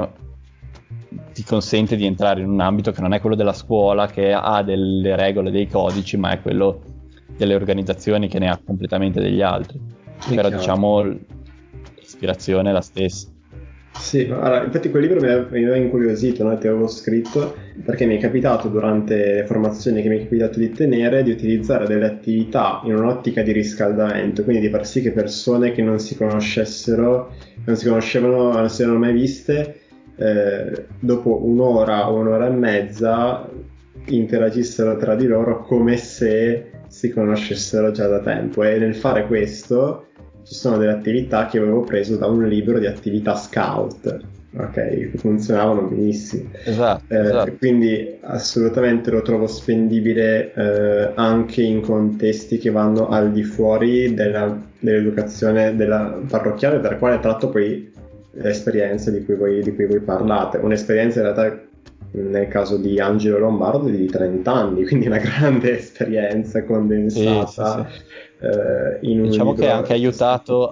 ti consente di entrare in un ambito che non è quello della scuola, che ha delle regole, dei codici, ma è quello delle organizzazioni, che ne ha completamente degli altri. Però diciamo l'ispirazione è la stessa. Sì, allora, infatti quel libro mi aveva incuriosito, no? Ti avevo scritto perché mi è capitato durante le formazioni che mi è capitato di tenere di utilizzare delle attività in un'ottica di riscaldamento, quindi di far sì che persone che non si conoscevano, non si erano mai viste, dopo un'ora o un'ora e mezza interagissero tra di loro come se si conoscessero già da tempo, e nel fare questo ci sono delle attività che avevo preso da un libro di attività scout, ok, che funzionavano benissimo. Esatto. Quindi assolutamente lo trovo spendibile anche in contesti che vanno al di fuori dell'educazione della parrocchiale, dalla quale tratto poi l'esperienza di cui voi parlate. Un'esperienza in realtà nel caso di Angelo Lombardo di 30 anni, quindi una grande esperienza condensata. Sì. In un diciamo libro che ha anche aiutato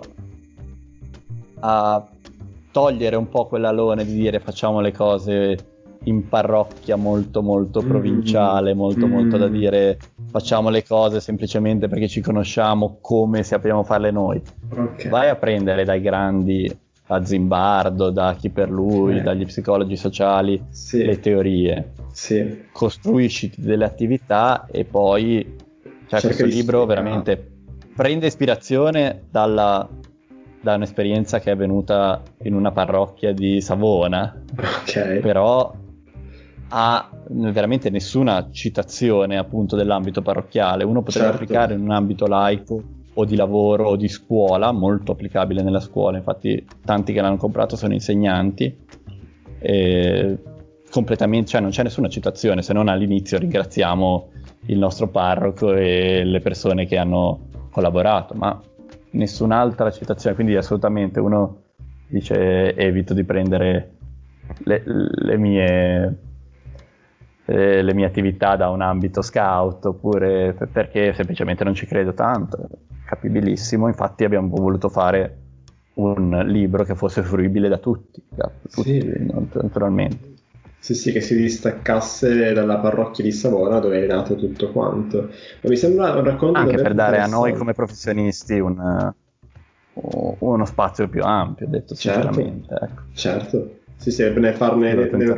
a togliere un po' quell'alone di dire facciamo le cose in parrocchia molto provinciale, molto da dire facciamo le cose semplicemente perché ci conosciamo come sappiamo farle noi. Okay. Vai a prendere dai grandi, da Zimbardo, da Chi per lui, dagli psicologi sociali, le teorie, costruisciti delle attività e poi questo libro veramente prende ispirazione da un'esperienza che è venuta in una parrocchia di Savona, però ha veramente nessuna citazione appunto dell'ambito parrocchiale. Uno potrebbe applicare in un ambito laico o di lavoro o di scuola, molto applicabile nella scuola, infatti tanti che l'hanno comprato sono insegnanti, completamente, cioè non c'è nessuna citazione, se non all'inizio ringraziamo il nostro parroco e le persone che hanno collaborato, ma nessun'altra citazione, quindi assolutamente uno dice evito di prendere le mie attività da un ambito scout, oppure perché semplicemente non ci credo tanto, capibilissimo. Infatti abbiamo voluto fare un libro che fosse fruibile da tutti, naturalmente. Sì, che si distaccasse dalla parrocchia di Savona dove è nato tutto quanto. Ma mi sembra un racconto anche davvero per dare a noi interessante. come professionisti uno spazio più ampio, detto sinceramente. Ecco. Certo, sì, nel farne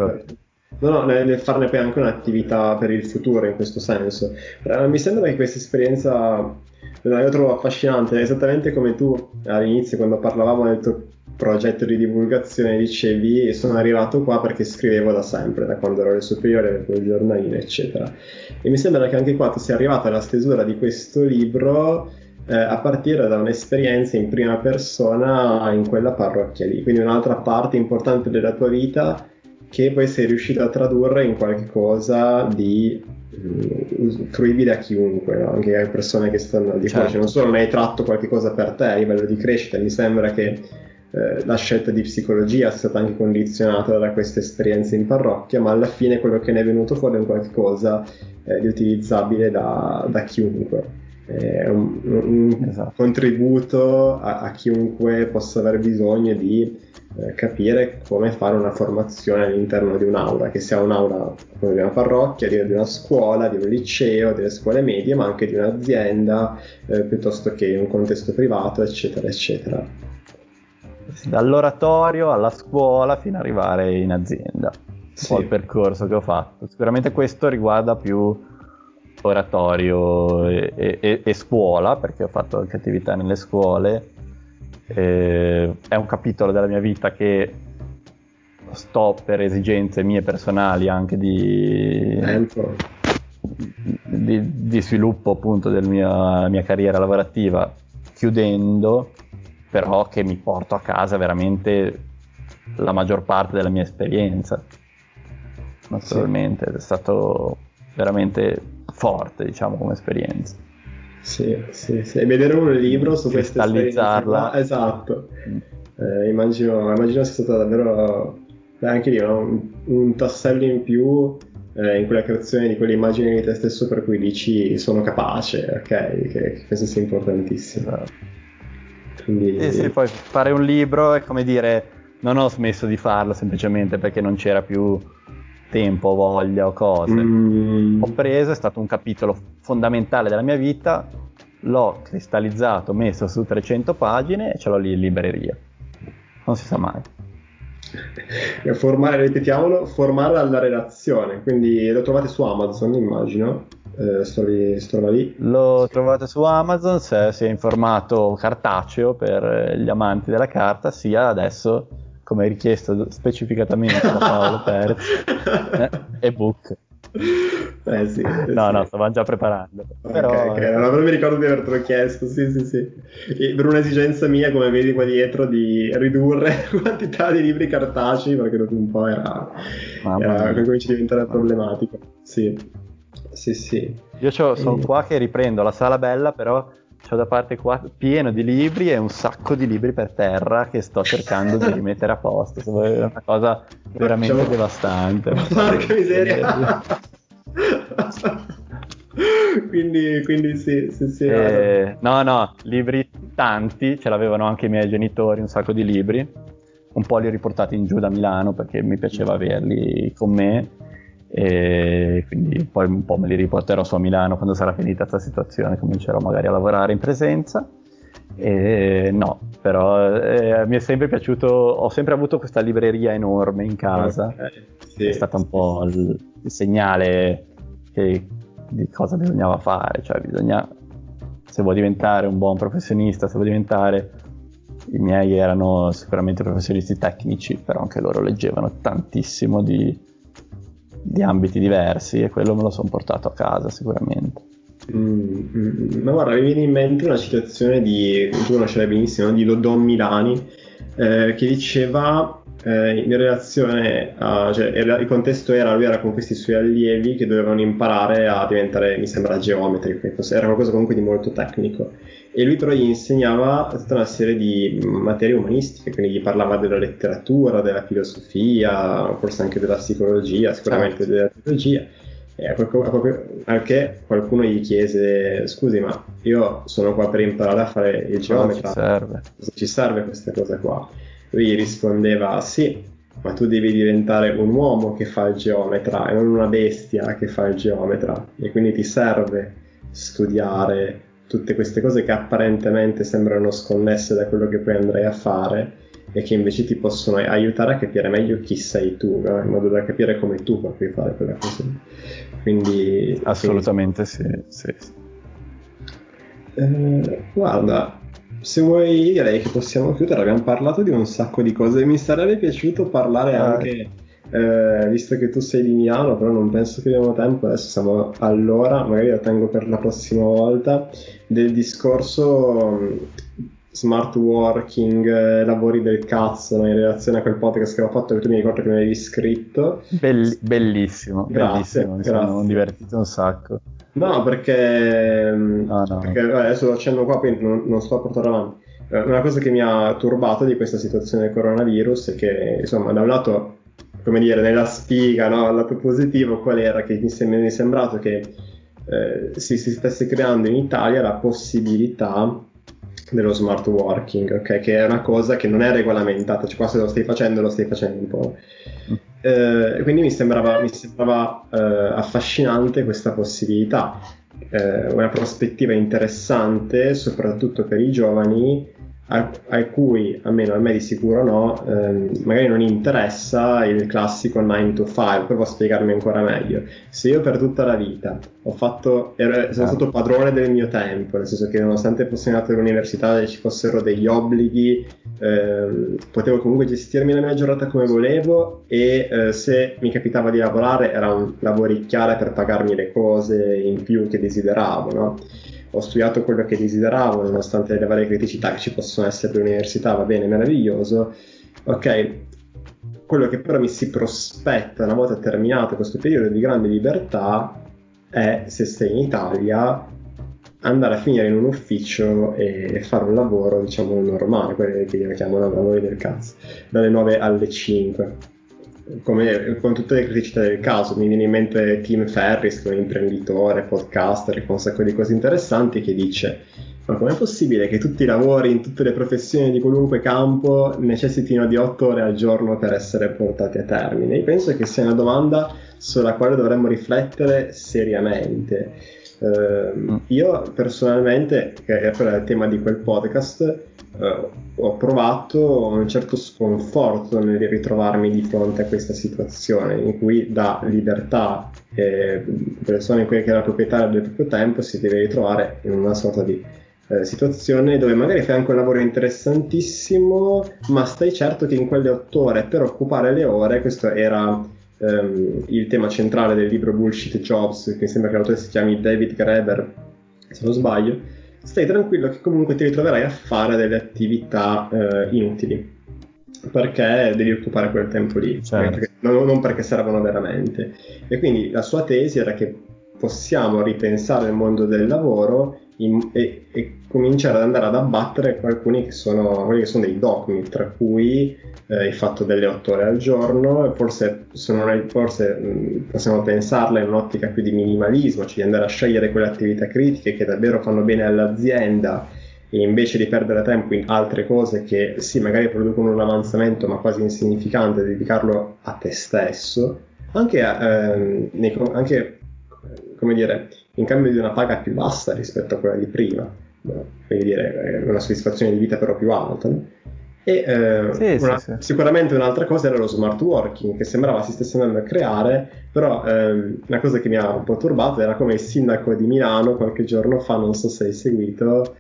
poi anche un'attività per il futuro in questo senso. Mi sembra che questa esperienza io trovo affascinante, esattamente come tu all'inizio quando parlavamo del tuo progetto di divulgazione dicevi sono arrivato qua perché scrivevo da sempre, da quando ero alle superiori, avevo il giornalino eccetera, e mi sembra che anche qua tu sia arrivato alla stesura di questo libro a partire da un'esperienza in prima persona in quella parrocchia lì, quindi un'altra parte importante della tua vita che poi sei riuscito a tradurre in qualcosa di fruibile a chiunque, no? Anche a persone che stanno al di fuori, cioè, non solo ne hai tratto qualche cosa per te a livello di crescita, mi sembra che la scelta di psicologia sia stata anche condizionata da questa esperienza in parrocchia, ma alla fine quello che ne è venuto fuori è un qualcosa di utilizzabile da chiunque. È un contributo a chiunque possa aver bisogno di capire come fare una formazione all'interno di un'aula, che sia un'aula di una parrocchia, di una scuola, di un liceo, delle scuole medie, ma anche di un'azienda, piuttosto che in un contesto privato, eccetera, eccetera. Dall'oratorio alla scuola fino ad arrivare in azienda. Sì. Il percorso che ho fatto. Sicuramente questo riguarda più oratorio e scuola, perché ho fatto anche attività nelle scuole. È un capitolo della mia vita che sto per esigenze mie personali anche di sviluppo appunto della mia carriera lavorativa chiudendo, però che mi porto a casa veramente la maggior parte della mia esperienza naturalmente. Sì. È stato veramente forte, diciamo, come esperienza. Sì. E vedere un libro su questa esperienza, esatto. Immagino sia stato davvero anche lì un tassello in più in quella creazione di quelle immagini di te stesso per cui dici sono capace, ok? Che questo sia importantissimo. Esatto. Quindi... Sì, poi fare un libro è come dire, non ho smesso di farlo semplicemente perché non c'era più tempo, voglia o cose. Ho preso, è stato un capitolo fondamentale della mia vita, l'ho cristallizzato, messo su 300 pagine e ce l'ho lì in libreria. Non si sa mai. Ripetiamolo, formare alla relazione, quindi lo trovate su Amazon, immagino. Si trova lì. Lo trovate su Amazon, sia in formato cartaceo per gli amanti della carta, sia adesso, come richiesto specificatamente da Paolo Perez, ebook. Sì. No, stavamo già preparando. Però mi ricordo di avertelo chiesto, sì. E per un'esigenza mia, come vedi qua dietro, di ridurre la quantità di libri cartacei, perché dopo un po' comincia a diventare problematico. Sì. Io sono qua che riprendo la sala bella, però c'ho da parte qua pieno di libri e un sacco di libri per terra che sto cercando di rimettere a posto. È una cosa veramente devastante. Porca miseria. quindi sì. No, libri tanti, ce l'avevano anche i miei genitori, un sacco di libri. Un po' li ho riportati in giù da Milano perché mi piaceva averli con me. E quindi poi un po' me li riporterò su a Milano quando sarà finita questa situazione, comincerò magari a lavorare in presenza. Però mi è sempre piaciuto, ho sempre avuto questa libreria enorme in casa. Sì. È stato un po' il segnale di cosa bisognava fare, cioè se vuoi diventare un buon professionista, i miei erano sicuramente professionisti tecnici, però anche loro leggevano tantissimo di ambiti diversi e quello me lo sono portato a casa sicuramente. Ma guarda, mi viene in mente una citazione tu conoscerai benissimo, di Don Milani, che diceva in relazione il contesto lui era con questi suoi allievi che dovevano imparare a diventare, mi sembra, geometri, era qualcosa comunque di molto tecnico, e lui però gli insegnava tutta una serie di materie umanistiche, quindi gli parlava della letteratura, della filosofia, forse anche della psicologia, sicuramente della teologia. Anche qualcuno gli chiese: scusi, ma io sono qua per imparare a fare il geometra, cosa ci serve questa cosa qua? Lui gli rispondeva: sì, ma tu devi diventare un uomo che fa il geometra e non una bestia che fa il geometra, e quindi ti serve studiare, tutte queste cose che apparentemente sembrano sconnesse da quello che poi andrai a fare e che invece ti possono aiutare a capire meglio chi sei tu, no? In modo da capire come tu puoi fare quella cosa. Quindi assolutamente sì. Guarda, se vuoi direi che possiamo chiudere, abbiamo parlato di un sacco di cose, mi sarebbe piaciuto parlare anche, visto che tu sei di Milano, però non penso che abbiamo tempo, adesso siamo all'ora, magari lo tengo per la prossima volta, del discorso smart working, lavori del cazzo, no? In relazione a quel podcast che avevo fatto, che tu mi ricordo che mi avevi scritto. Bellissimo, Grazie, bellissimo, mi sono divertito un sacco. No, perché No. perché adesso lo accenno qua, poi non sto a portare avanti. Una cosa che mi ha turbato di questa situazione del coronavirus è che, insomma, da un lato, come dire, nella spiga, no, al lato positivo, qual era? Che mi è sembrato che si stesse creando in Italia la possibilità dello smart working, ok? Che è una cosa che non è regolamentata, cioè qua se lo stai facendo un po'. Quindi mi sembrava affascinante questa possibilità, una prospettiva interessante soprattutto per i giovani a cui, almeno a me di sicuro no, magari non interessa il classico 9 to 5. Provo a spiegarmi ancora meglio. Se io per tutta la vita sono stato padrone del mio tempo, nel senso che nonostante fossi andato all'università e ci fossero degli obblighi, potevo comunque gestirmi la mia giornata come volevo e se mi capitava di lavorare era un lavoricchiare per pagarmi le cose in più che desideravo, no? Ho studiato quello che desideravo nonostante le varie criticità che ci possono essere all'università, va bene, meraviglioso, ok. Quello che però mi si prospetta una volta terminato questo periodo di grande libertà è, se sei in Italia, andare a finire in un ufficio e fare un lavoro, diciamo, normale, quelli che io chiamo lavori del cazzo, dalle 9 alle 5. Come con tutte le criticità del caso, mi viene in mente Tim Ferriss, che è un imprenditore, podcaster, che fa un sacco di cose interessanti, che dice: ma com'è possibile che tutti i lavori in tutte le professioni di qualunque campo necessitino di 8 ore al giorno per essere portati a termine? Io penso che sia una domanda sulla quale dovremmo riflettere seriamente. Io personalmente, che era il tema di quel podcast, ho provato un certo sconforto nel ritrovarmi di fronte a questa situazione in cui da libertà persone in cui che era proprietaria del proprio tempo si deve ritrovare in una sorta di situazione dove magari fai anche un lavoro interessantissimo, ma stai certo che in quelle 8 ore per occupare le ore, questo era il tema centrale del libro Bullshit Jobs, che sembra che l'autore si chiami David Graeber, se non sbaglio, stai tranquillo che comunque ti ritroverai a fare delle attività inutili, perché devi occupare quel tempo lì, certo. non perché servono veramente. E quindi la sua tesi era che possiamo ripensare il mondo del lavoro e cominciare ad andare ad abbattere alcuni che sono dei dogmi, tra cui il fatto delle 8 ore al giorno. Forse possiamo pensarla in un'ottica più di minimalismo, cioè di andare a scegliere quelle attività critiche che davvero fanno bene all'azienda, e invece di perdere tempo in altre cose che sì, magari producono un avanzamento ma quasi insignificante, dedicarlo a te stesso, anche come dire, in cambio di una paga più bassa rispetto a quella di prima, no? Quindi dire una soddisfazione di vita però più alta, no? E Sì. sicuramente un'altra cosa era lo smart working, che sembrava si stesse andando a creare, però una cosa che mi ha un po' turbato era come il sindaco di Milano qualche giorno fa, non so se hai seguito,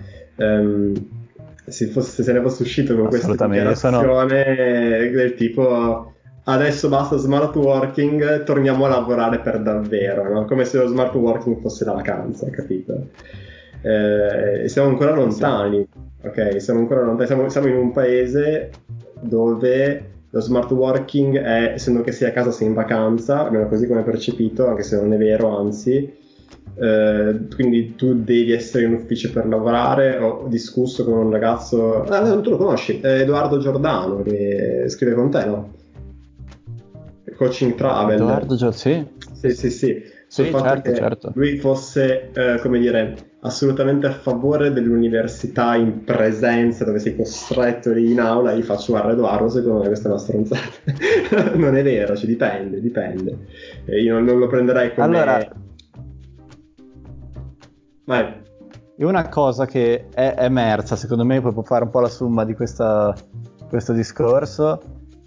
se se ne fosse uscito con questa dichiarazione del tipo: adesso basta smart working, torniamo a lavorare per davvero, no? Come se lo smart working fosse la vacanza, capito? Siamo ancora lontani, ok? Siamo in un paese dove lo smart working è, essendo che sei a casa sei in vacanza, almeno così come è percepito, anche se non è vero, anzi. Quindi tu devi essere in ufficio per lavorare. Ho discusso con un ragazzo, tu lo conosci, Edoardo Giordano, che scrive con te, no? Coaching Travel. Edoardo, sì. Sì. Sul fatto che certo. lui fosse, come dire, assolutamente a favore dell'università in presenza, dove sei costretto lì in aula. Io faccio: guarda Edoardo, secondo me questa è una stronzata. Non è vero, cioè dipende. Io non lo prenderei come... Allora, Vai. E una cosa che è emersa, secondo me, poi può fare un po' la somma di questo discorso,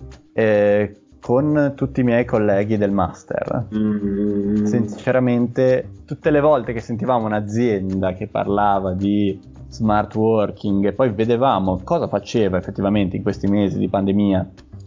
con tutti i miei colleghi del master. Sinceramente, tutte le volte che sentivamo un'azienda che parlava di smart working e poi vedevamo cosa faceva effettivamente in questi mesi di pandemia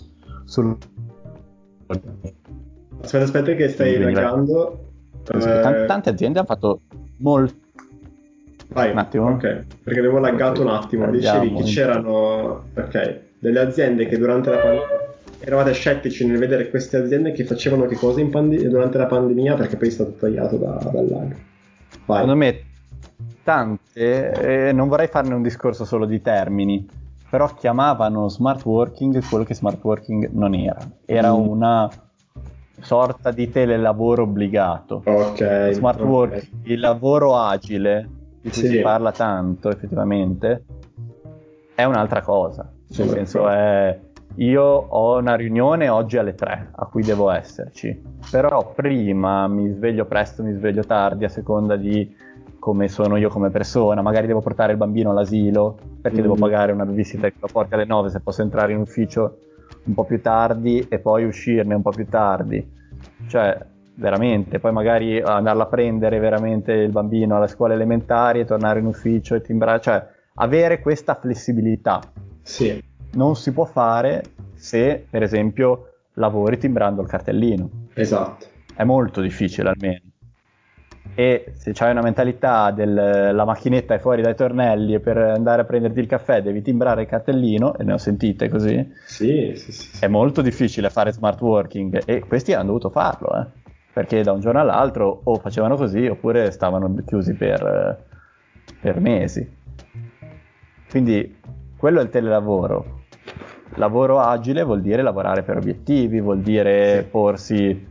Aspetta che stai laggando. Tante aziende hanno fatto molto. Vai, un attimo. ok, perché avevo laggato un attimo. Dicevi che c'erano delle aziende che durante la pandemia eravate scettici nel vedere queste aziende che facevano che cosa durante la pandemia, perché poi è stato tagliato dal lag. Vai. Secondo me tante, non vorrei farne un discorso solo di termini, però chiamavano smart working quello che smart working non era una sorta di telelavoro obbligato. Smart working, il lavoro agile di cui si parla tanto effettivamente, è un'altra cosa. Nel senso è: io ho una riunione oggi alle 3 a cui devo esserci, però prima mi sveglio presto, mi sveglio tardi a seconda di come sono io come persona, magari devo portare il bambino all'asilo perché devo pagare una visita che lo porti alle 9, se posso entrare in ufficio un po' più tardi e poi uscirne un po' più tardi, cioè veramente, poi magari andarla a prendere veramente il bambino alla scuola elementare e tornare in ufficio e timbrare, cioè avere questa flessibilità non si può fare se per esempio lavori timbrando il cartellino. Esatto. È molto difficile almeno. E se c'hai una mentalità la macchinetta è fuori dai tornelli e per andare a prenderti il caffè devi timbrare il cartellino, e ne ho sentite così, sì. È molto difficile fare smart working, e questi hanno dovuto farlo, perché da un giorno all'altro o facevano così oppure stavano chiusi per mesi. Quindi quello è il telelavoro. Lavoro agile vuol dire lavorare per obiettivi, vuol dire porsi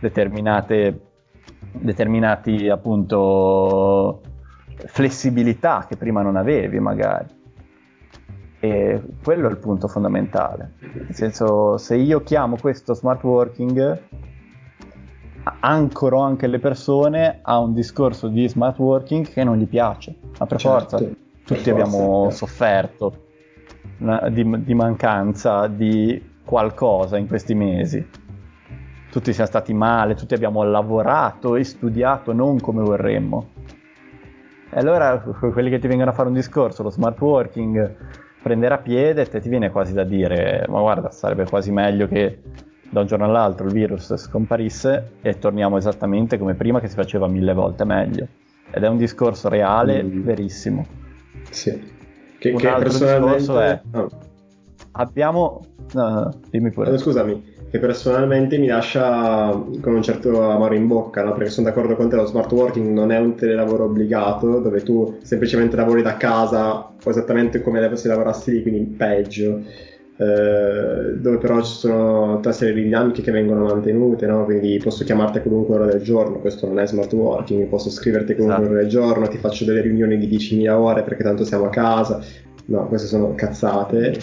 determinati appunto flessibilità che prima non avevi magari, e quello è il punto fondamentale. Nel senso, se io chiamo questo smart working, ancoro anche le persone a un discorso di smart working che non gli piace, ma per forza tutti abbiamo sofferto di mancanza di qualcosa in questi mesi. Tutti siamo stati male, tutti abbiamo lavorato e studiato non come vorremmo. E allora quelli che ti vengono a fare un discorso, lo smart working prenderà piede, ti viene quasi da dire: ma guarda, sarebbe quasi meglio che da un giorno all'altro il virus scomparisse e torniamo esattamente come prima, che si faceva 1000 volte meglio. Ed è un discorso reale, verissimo. Sì. Un altro discorso è abbiamo... dimmi pure. Scusami, che personalmente mi lascia con un certo amaro in bocca, no? Perché sono d'accordo con te, lo smart working non è un telelavoro obbligato dove tu semplicemente lavori da casa o esattamente come se lavorassi lì, quindi peggio, dove però ci sono tutta una serie di dinamiche che vengono mantenute, no? Quindi posso chiamarti a qualunque ora del giorno, questo non è smart working, posso scriverti a qualunque ora del giorno, ti faccio delle riunioni di 10.000 ore perché tanto siamo a casa. No, queste sono cazzate.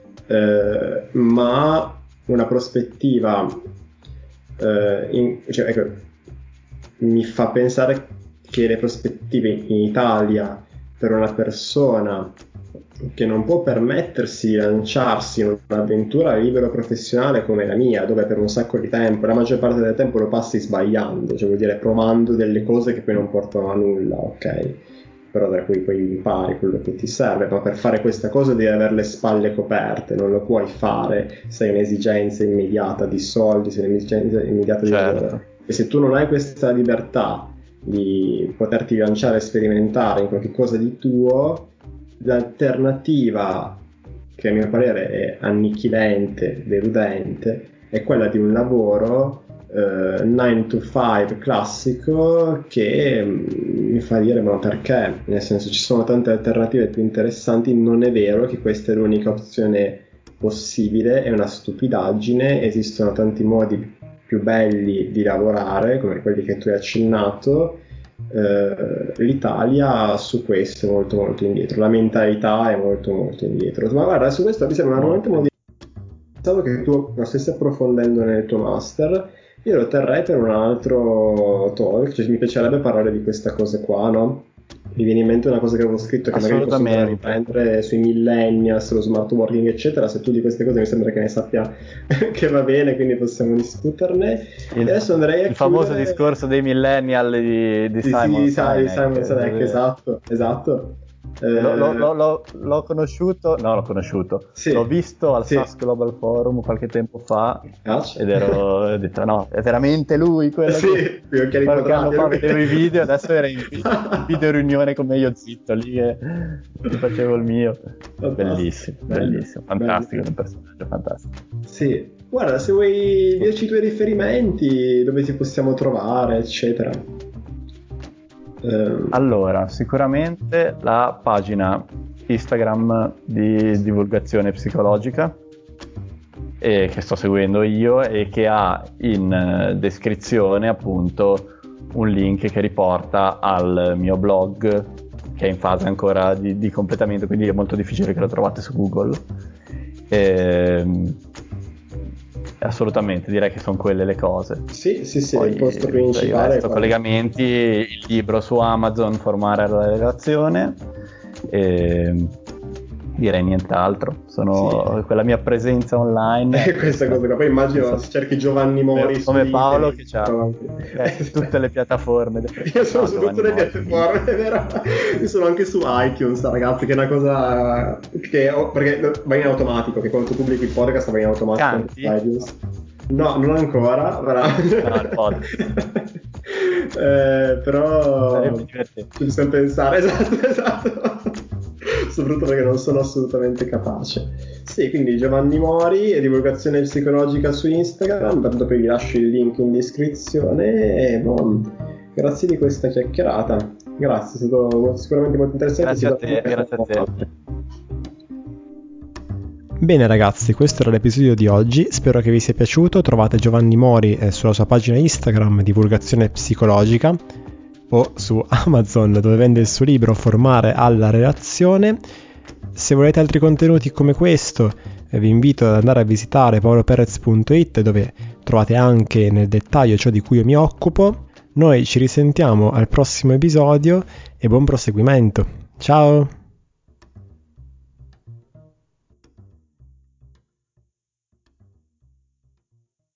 Ma una prospettiva mi fa pensare che le prospettive in Italia per una persona che non può permettersi di lanciarsi in un'avventura libero professionale come la mia, dove per un sacco di tempo, la maggior parte del tempo lo passi sbagliando, cioè vuol dire provando delle cose che poi non portano a nulla, ok? Però da cui poi impari quello che ti serve, ma per fare questa cosa devi avere le spalle coperte, non lo puoi fare se hai un'esigenza immediata di soldi, se hai un'esigenza immediata di lavoro. E se tu non hai questa libertà di poterti lanciare e sperimentare in qualche cosa di tuo, l'alternativa, che a mio parere è annichilente, deludente, è quella di un lavoro 9 to 5 classico che mi fa dire: ma perché? Nel senso, ci sono tante alternative più interessanti. Non è vero che questa è l'unica opzione possibile, è una stupidaggine, esistono tanti modi più belli di lavorare come quelli che tu hai accennato. L'Italia su questo è molto molto indietro, la mentalità è molto molto indietro. Ma guarda, su questo mi sembra un argomento molto interessante che tu lo stessi approfondendo nel tuo master. Io lo terrei per un altro talk, cioè mi piacerebbe parlare di questa cosa qua, no? Mi viene in mente una cosa che avevo scritto, che magari possiamo riprendere sui millennials, lo smart working eccetera. Se tu di queste cose mi sembra che ne sappia che va bene, quindi possiamo discuterne. E adesso andrei a il famoso discorso dei millennial di Simon Sinek. Esatto. L'ho conosciuto, sì, l'ho visto al sì. SAS Global Forum qualche tempo fa ed ho detto no, è veramente lui quello sì, che qualche anno fa vedevo i video, adesso era in video riunione con me io zitto lì che facevo il mio. Bellissimo, fantastico, un personaggio fantastico. Sì, guarda, se vuoi dirci i tuoi riferimenti, dove ti possiamo trovare, eccetera. Allora, sicuramente la pagina Instagram di divulgazione psicologica che sto seguendo io e che ha in descrizione appunto un link che riporta al mio blog che è in fase ancora di completamento, quindi è molto difficile che lo trovate su Google. Assolutamente, direi che sono quelle le cose. Sì, poi, il posto principale. Il collegamenti, il libro su Amazon, Formare la relazione, direi nient'altro. Quella mia presenza online. Questa cosa qua. Poi immagino se cerchi Giovanni Mori come Paolo che c'ha tutte le piattaforme. Io sono su tutte le piattaforme, è vero. Io sono anche su iTunes, ragazzi, che è una cosa perché va in automatico, che quando tu pubblichi il podcast va in automatico. Canti? iTunes. No, non ancora, però ci possiamo pensare. Esatto. Soprattutto perché non sono assolutamente capace. Sì, quindi Giovanni Mori e divulgazione psicologica su Instagram, tanto poi vi lascio il link in descrizione e grazie di questa chiacchierata. Grazie, è stato sicuramente molto interessante. Grazie a te. Bene ragazzi, questo era l'episodio di oggi, spero che vi sia piaciuto. Trovate Giovanni Mori sulla sua pagina Instagram divulgazione psicologica o su Amazon dove vende il suo libro Formare alla relazione. Se volete altri contenuti come questo vi invito ad andare a visitare paoloperez.it dove trovate anche nel dettaglio ciò di cui io mi occupo. Noi ci risentiamo al prossimo episodio e buon proseguimento. Ciao!